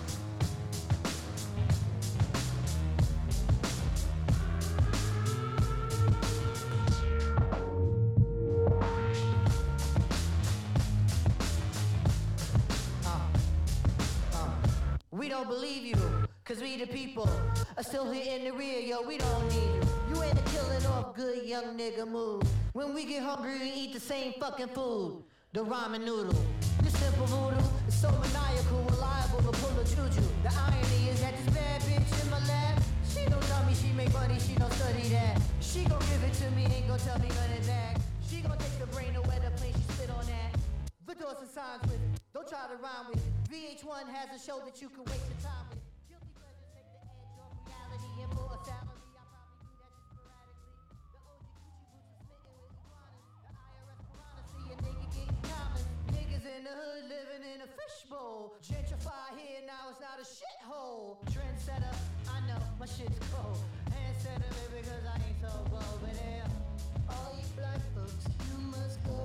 We don't believe you, cause we the people are still here in the rear, yo, we don't need you. You ain't a killing off good young nigga move. When we get hungry, we eat the same fucking food. The ramen noodle. This simple voodoo is so maniacal, reliable to pull a choo-choo. The irony is that this bad bitch in my lap, she don't tell me she make money, she don't study that. She gon' give it to me, ain't gon' tell me none of that. She gon' take the brain away the plane, she spit on that. The doors and signs with it, don't try to rhyme with it. V H one has a show that you can waste your time with. Guilty pleasures take the edge off reality and for a salary. I probably do that just sporadically. The O G Gucci boots are smitten with iguanas. The I R S piranha see a nigga getting common. Niggas in the hood living in a fishbowl. Gentrify here, now it's not a shithole. Trendsetter, I know, my shit's cold. Handsetter, baby, because I ain't so bold. But yeah, all you black folks, you must go.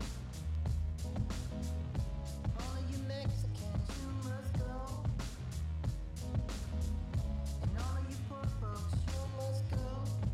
All you Mexicans, you must go. And all you poor folks, you must go.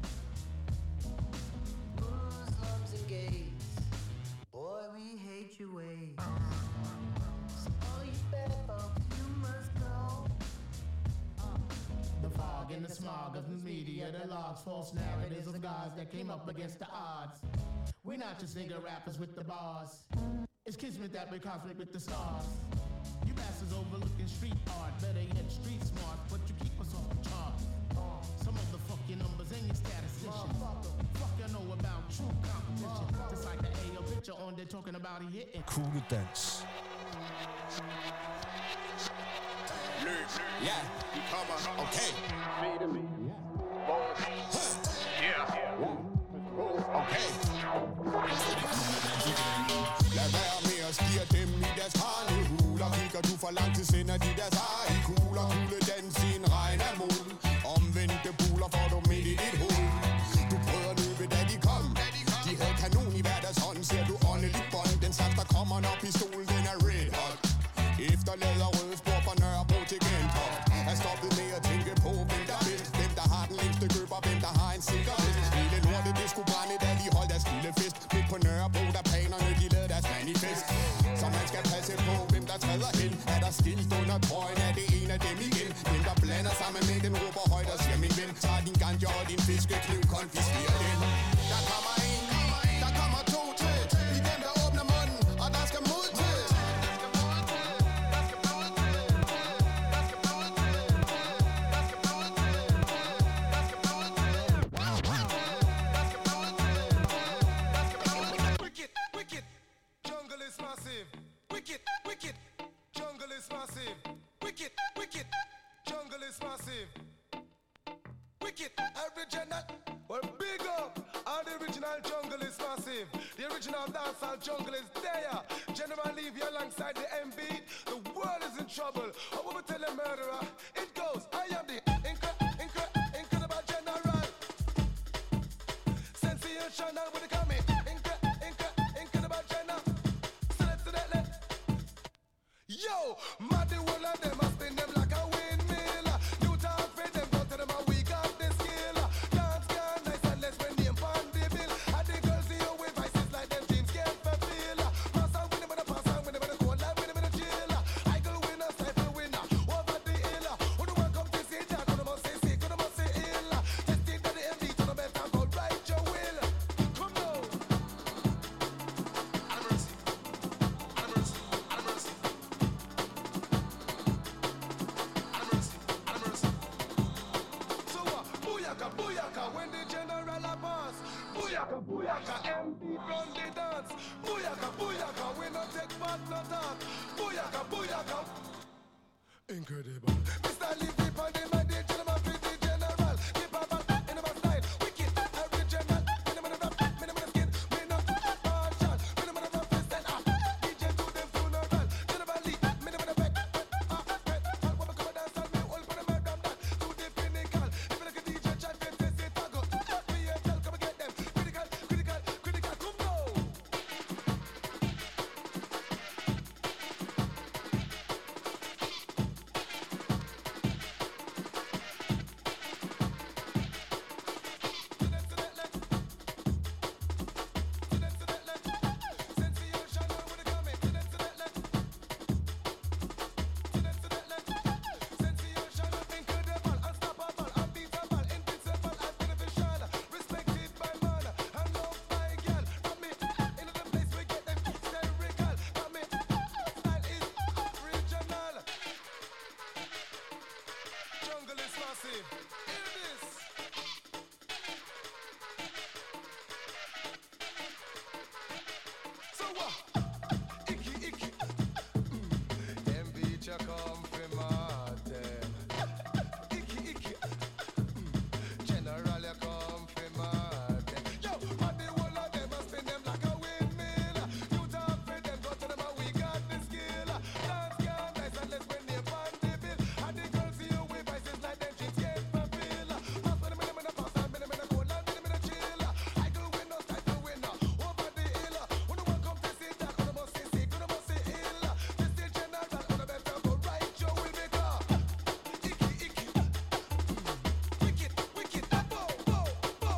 Muslims and gays, boy, we hate your ways. So all you bad folks, you must go. Uh.
The fog and the smog of news media that logs false narratives of guys that came up against the odds. We're not just nigga rappers with the bars. It's kismet that we conflict with the stars. You bastards overlooking street art, better yet street smart, but you keep us off the charts. Some of the fuck your numbers and your statisticians. Fuck you know about true competition. Just like the A O picture on there talking about a hit.
Cool dance.
Yeah, you come on, okay. Yeah. Okay.
Lad være med at stige dem i deres harnehuler. Kigger du for langt til sender de deres eget kugler. Kugle dans i en regn af mod. Omvendte buler får du midt i dit hoved. Du prøver at løbe da de kom. De havde kanon i hver deres hånd. Ser du åndeligt bånd. Den slags der kommer når pistolen den er red hot. Efterlader røde spor fra Nørrebro til Gentofte. Er stoppet med at tænke på hvem der er bedst. Hvem der har den længste køber. Hvem der har en sikker vest. Hele lortet det skulle brænde da de holdt deres lille fest. Midt på Nørrebro der panerne de lavede deres manifest. Så man skal passe på hvem der træder hen. Er der skilt under trøjen er det en af dem igen. Hvem der blander sammen med den råber højt og siger min ven. Tag din ganja og din fiskekniv, konfisker den. Der kommer en, der kommer to til. I dem der åbner munden og der skal mod til.
Massive, wicked, wicked, jungle is massive, wicked, wicked, jungle is massive, wicked, original, well big up, all the original jungle is massive, the original dancehall jungle is there, General Levy alongside the M B, the world is in trouble, I will tell a murderer, it goes, I am the incre, incre, incredible general, sensational with the coming, incre, incre, incredible general. Yo, mad the whole of them, I spin them like a windmill. You talk for them, go to them, and we got the skill. Dance Booyaka, M D run the dance. Booyaka, booyaka, we no take part no talk. Booyaka, booyaka. Incredible. Mister Lizzy on the man, the gentleman, pretty general. Keep up in my style, wicked, original. Minimum of rap, minimum of skin, we no partial. Minimum of rap, stand up. D J to them funeral. Generally, minimum of back. Ah, back. All women come and dance on me, all put them down that. To the pinnacle. If you like a D J, try to say it, I go. P S L, come and get them. Critical, critical, critical, come go. Jungle is massive. Hear this. So what? Icky, icky. Them beach a come from Martin. Icky, icky. General a come from Martin. Yo, but the whole of them a spin them like a windmill. You talk for them, go to them and we got the skill. Dance can't nice unless when they pan the bill. And the girls see you with vices like them chicks get fulfill. Pass on the minute, minute, pass on minute, minute, cold and minute, minute, chill. I go win, no style to win. Over the hill. When the one come to see that, when the must see sick, when the must see ill. This the general, on the better go right, you will be car. Icky, icky. Wicked, wicked, bo, bo, bo.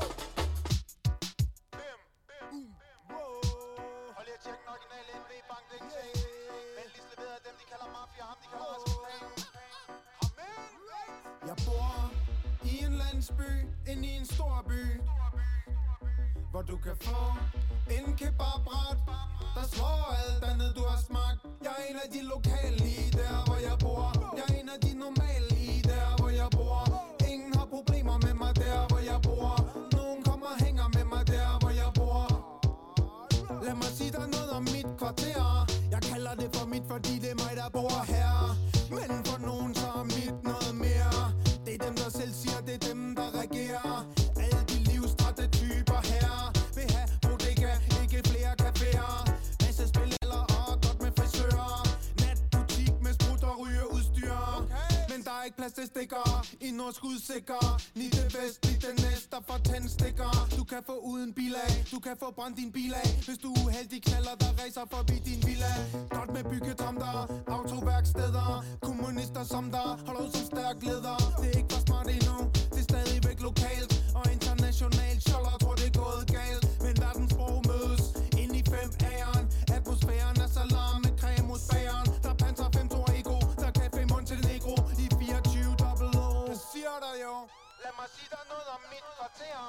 Hold lige at tjekke den originale N V Bank, det er ingenting. Men lige leveret dem, de kalder mafia, ham de kalder Rasmus Penge.
Jeg bor i en landsby, ind i en stor by, hvor du kan få en kebabret, der slår alt andet du har smagt. Jeg er en af de lokale lige der, hvor jeg bor. Jeg er en af de normale lige der, hvor jeg bor. Ingen har problemer med mig der, hvor jeg bor. Nogen kommer og hænger med mig der, hvor jeg bor. Lad mig sige dig noget om mit kvarter. Jeg kalder det for mit, fordi det er mig, der bor her. Men for nogen så er mit noget mere. Det er dem, der selv siger, det er dem, der regerer. Alle de livsstratetyper her vil have bodega, ikke flere caféer. Masse spil eller og godt med frisører. Natbutik med sprut og rygeudstyr. Men der er ikke plads til stikker i Nordskudsikker. Ni det vest, ni det næste for tændstikker. Du kan få uden bilag, du kan få brændt din bil af. Hvis du er uheldig knaller, der racer forbi din villa. Godt med byggetomter, autoværksteder. Kommunister som der holder ud som stærk leder. Det er ikke for smart endnu, det er stadigvæk lokalt. Og internationalt, sjoller tror det er gået galt. Men verdenssprog mødes ind i fem A'eren. Atmosfæren er så larm med creme hos bageren. Der er Panzer fem to Ego, der er Café Montenegro i fireogtyve dobbelt O. Jeg siger dig jo.
Lad mig sige dig noget om mit kvarter.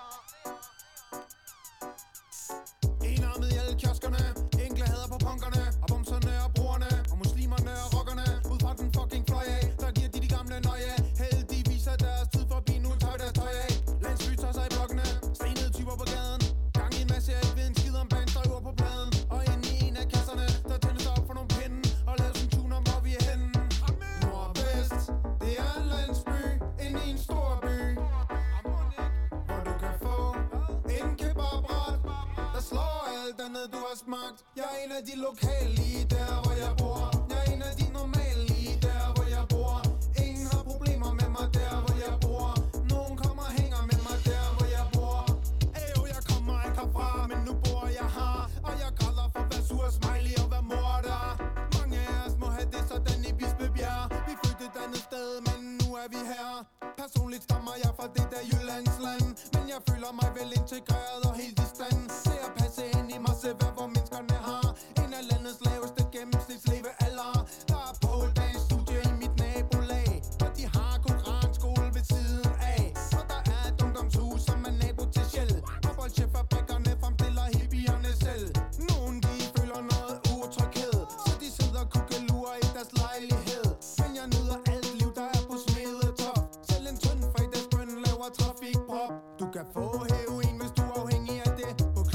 Enarmet i alle kioskerne, enkle hader på punkerne, og bumserne og brugerne, og muslimerne og rockerne. Ud fra den fucking fløj af, der giver de de gamle nøje. Heldigvis er deres tid forbi, nu tager deres tøj af. Landsby tager sig i blokkene, stenede typer på gaden. Gang i en masse af ved en skid om band, der øver på pladen. Og inde i en af kasserne, der tændes op for nogle pinde. Og laves en tune om, hvor vi er henne. Nordvest, det er en landsby, ind i en stor by, hvor du kan få en kebabret, der slår alt andet du har smagt. Jeg er en af de lokale lige der, hvor jeg bor. Jeg er en af de normale lige der, hvor jeg bor. Ingen har problemer med mig der, hvor jeg bor. Nogen kommer og hænger med mig der, hvor jeg bor. Ayo, jeg kommer ikke herfra, men nu bor jeg her. Og jeg kalder for hvad sur smiley og hvad morder. Mange af os må have det sådan i Bispebjerg. Vi flyttede et andet sted, men nu er vi her. Personligt stammer jeg fra det der Jyllandsland, men jeg føler mig vel integreret og helt i stand til at passe ind i mig selv, hvor menneskerne har en af landets laveste gennemsnitslevealder. Der er poledagens studie i mit nabolag, og de har koranskole ved siden af. Og der er et ungdomshus, som er nabo til Shell, og bolsjefabrikkerne fremstiller hippierne selv. Nogen de føler noget utryghed, så de sidder kukkelurer i deres lejlighed. Men jeg nyder alt liv, der er på Smedetoft. Selv en tynd fredagsbøn laver trafikprop. Du kan få heroin, hvis du er afhængig af det. På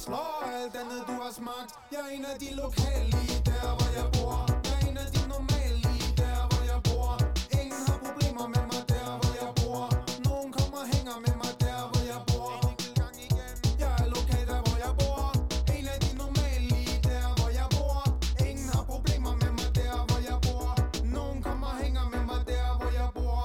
slår alt andet du har smagt. Jeg er en af de lokale lige der hvor jeg bor. Jeg er en af de normale lige der hvor jeg bor. Ingen har problemer med mig der hvor jeg bor. Nogen kommer og hænger med mig der hvor jeg bor. Jeg er lokal der hvor jeg bor. En af de normale lige der hvor jeg bor. Ingen har problemer med mig der hvor jeg bor. Nogen kommer og hænger med mig der hvor jeg bor.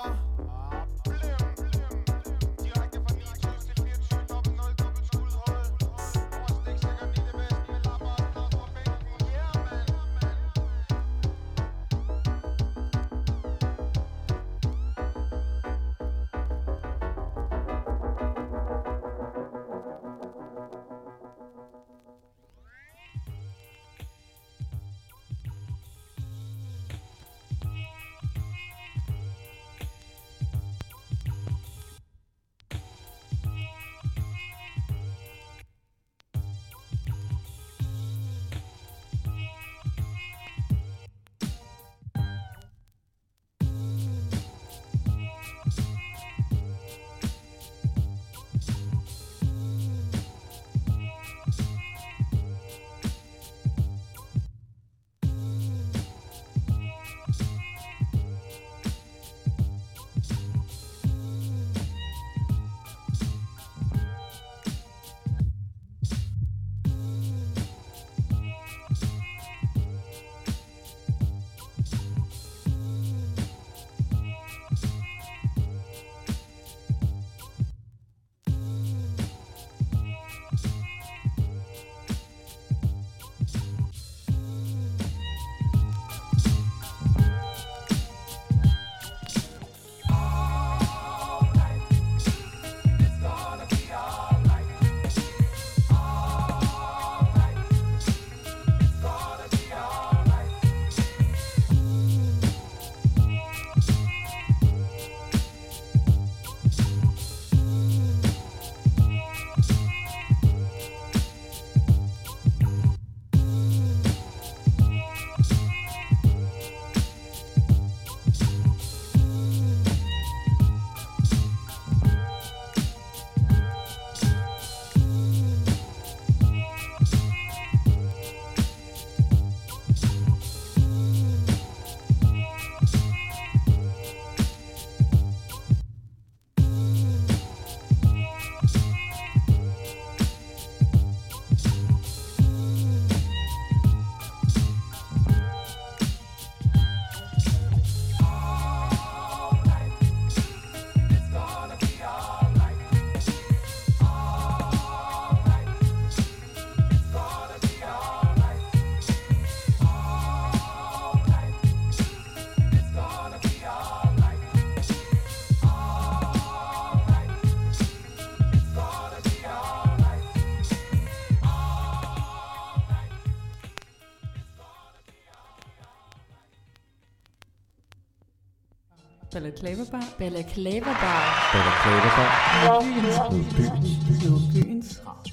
Balaklava-bar. Balaklava-bar.
Balaklava-bar.
Byens, byens, byens radio.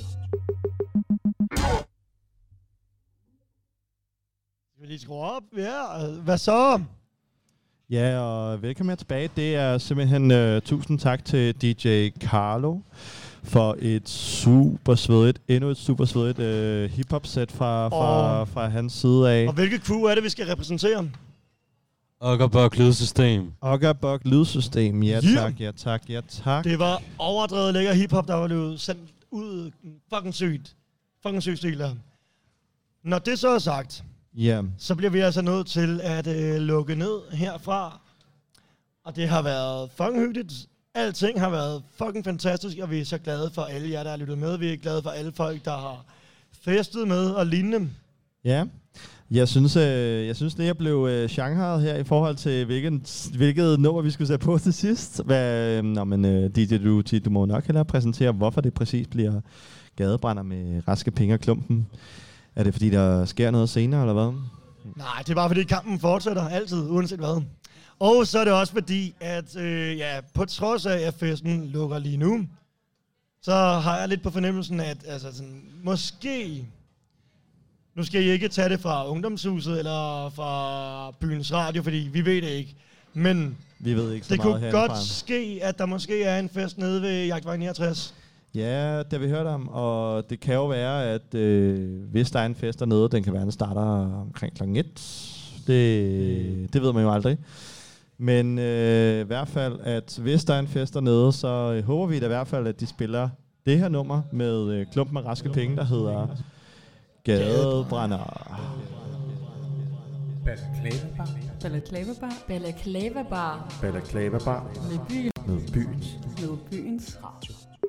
Skal vi lige skrue op? Ja, hvad så?
Ja, og velkommen her tilbage. Det er simpelthen uh, tusind tak til D J Carlo for et super svedigt, endnu et super svedigt uh, hip-hop-sæt fra, fra,
Og-
fra hans side af.
Og hvilket crew er det, vi skal repræsentere?
Oggerbok Lydsystem.
Oggerbok Lydsystem, ja
Yeah.
tak, ja tak, ja tak.
Det var overdrevet lækker hiphop, der var blevet sendt ud. Fucking sygt. Fucking sygt stil der. Når det så er sagt,
Ja.
så bliver vi altså nødt til at øh, lukke ned herfra. Og det har været fucking hyggeligt. Alting har været fucking fantastisk, og vi er så glade for alle jer, der har lyttet med. Vi er glade for alle folk, der har festet med og lignende.
Ja. Jeg synes, øh, jeg synes det jeg blev øh, genret her i forhold til, hvilken, hvilket nummer vi skulle sætte på til sidst. Hvad, øh, nå, men øh, D J Duty, du må nok hellere præsentere, hvorfor det præcis bliver gadebrænder med raske penge og klumpen. Er det fordi, der sker noget senere, eller hvad?
Nej, det er bare fordi kampen fortsætter altid, uanset hvad. Og så er det også fordi, at øh, ja, på trods af, at festen lukker lige nu, så har jeg lidt på fornemmelsen, at altså, sådan, måske... Nu skal I ikke tage det fra Ungdomshuset eller fra Byens Radio, fordi vi ved det ikke. Men
Vi ved ikke så
det
meget
kunne
herindefra.
godt ske, at der måske er en fest nede ved Jagtvej niogtres.
Ja, det har vi hørt om, og det kan jo være, at øh, hvis der er en fest dernede, den kan være, den starter omkring klokken et. Det, det ved man jo aldrig. Men øh, i hvert fald, at hvis der er en fest dernede, så øh, håber vi da i hvert fald, at de spiller det her nummer med øh, klumpen med raske penge, der hedder Gadebrænder.
Balaklava-bar. Balaklava-bar. Balaklava-bar.
Balaklava-bar.
Med byen.
Med byens.
Med byens radio.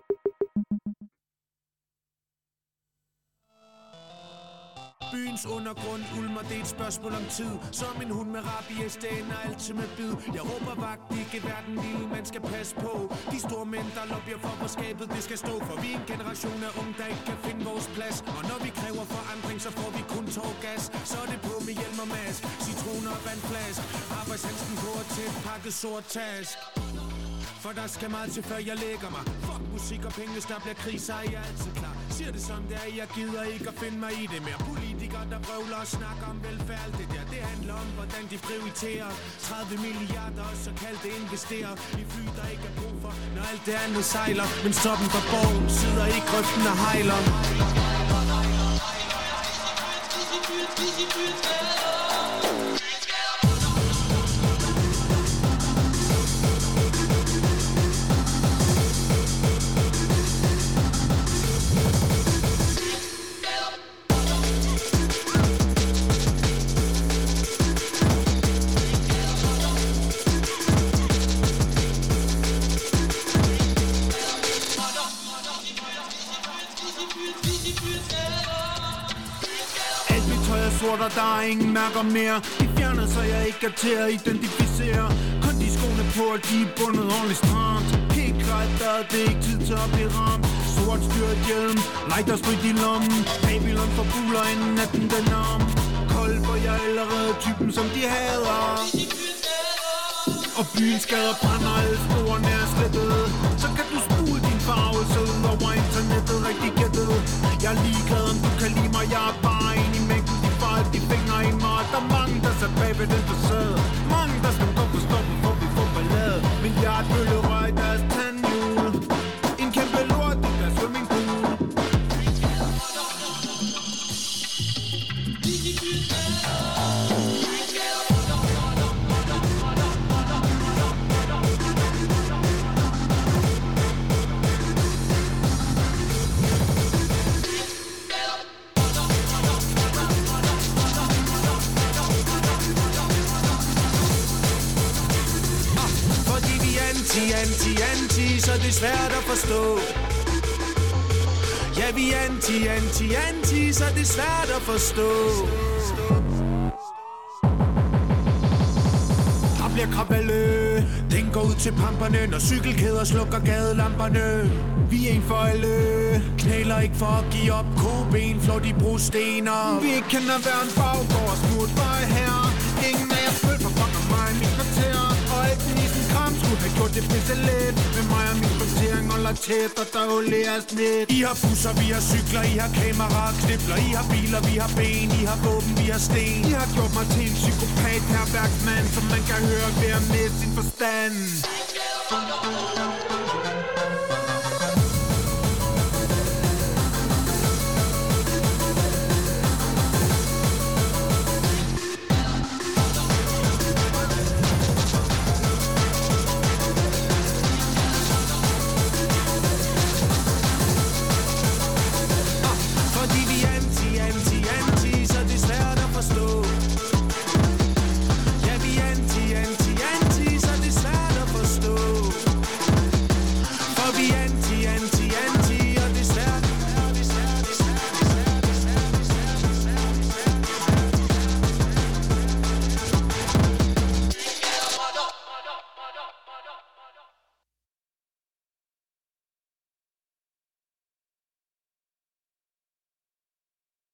Byens undergrund ulmer, det er et spørgsmål om tid. Som en hund med rabies, det ender altid med bid. Jeg råber vagt, ikke verden lille, man skal passe på. De store mænd, der lobbyer for, hvor skabet det skal stå. For vi er en generation af unge, der ikke kan finde vores plads. Og når vi kræver forandring, så får vi kun tårgas. Så er det på med hjelm og mask, citroner og vandflask. Arbejdshandsken på og tæt pakket sort task. For der skal meget til, før jeg lægger mig. Fuck musik og penge, hvis der bliver krig, så er jeg altid klar. Siger det som det er, jeg gider ikke at finde mig i det mere. Politikere, der vrøvler og snakker om velfærd, alt det der. Det handler om, hvordan de prioriterer tredive milliarder, og så kaldt det investerer i fly, der ikke er brug for, når alt det andet sejler. Men stoppen for borgen sidder i grøften og hejler. Og der er ingen mærker mere. De fjerner, så jeg ikke er til at identificere. Kun de skoene på, at de er bundet ordentligt stramt. Helt klart, der er det ikke tid til at blive ramt. Sort styret hjelm, lighter sprit i lommen. Babylon for buler inden natten den er om. Kold, hvor jeg er allerede typen, som de hader. Og byen skader brænder, alle sporene er slettet. Så kan du spule din farvelse ud over internettet, rigtig gættet. Jeg er ligeglad, om du kan lide mig, jeg er bare en i mængden. De fingre i mig, der er mange, der ser bag ved den facade. Mange, der skal gå på stoppen, for vi får ballade. Milliardbøllerør i deres tandhjul. En kæmpe lort i deres swimmingpool. Anti, anti, anti, så det er svært at forstå. Ja, vi er anti, anti, anti, så det er svært at forstå. Der bliver kraballe. Den går ud til pamperne, når cykelkæder slukker gadelamperne. Vi er en for alle. Knæler ikke for at give op. Koben flår de brostener. Vi ikke kender hver en baggård og smut vej her. Ingen af jer følger for fucker mig i mit kvarter. Og ikke en isen kram skulle have gjort det pisse let. Med mig og min kvartering holder tæt, og der oleres net. I har busser, vi har cykler, I har kameraer og knibler. I har biler, vi har ben, I har våben, vi har sten. I har gjort mig til en psykopat herværksmand, som man kan høre ved at miste sin forstand.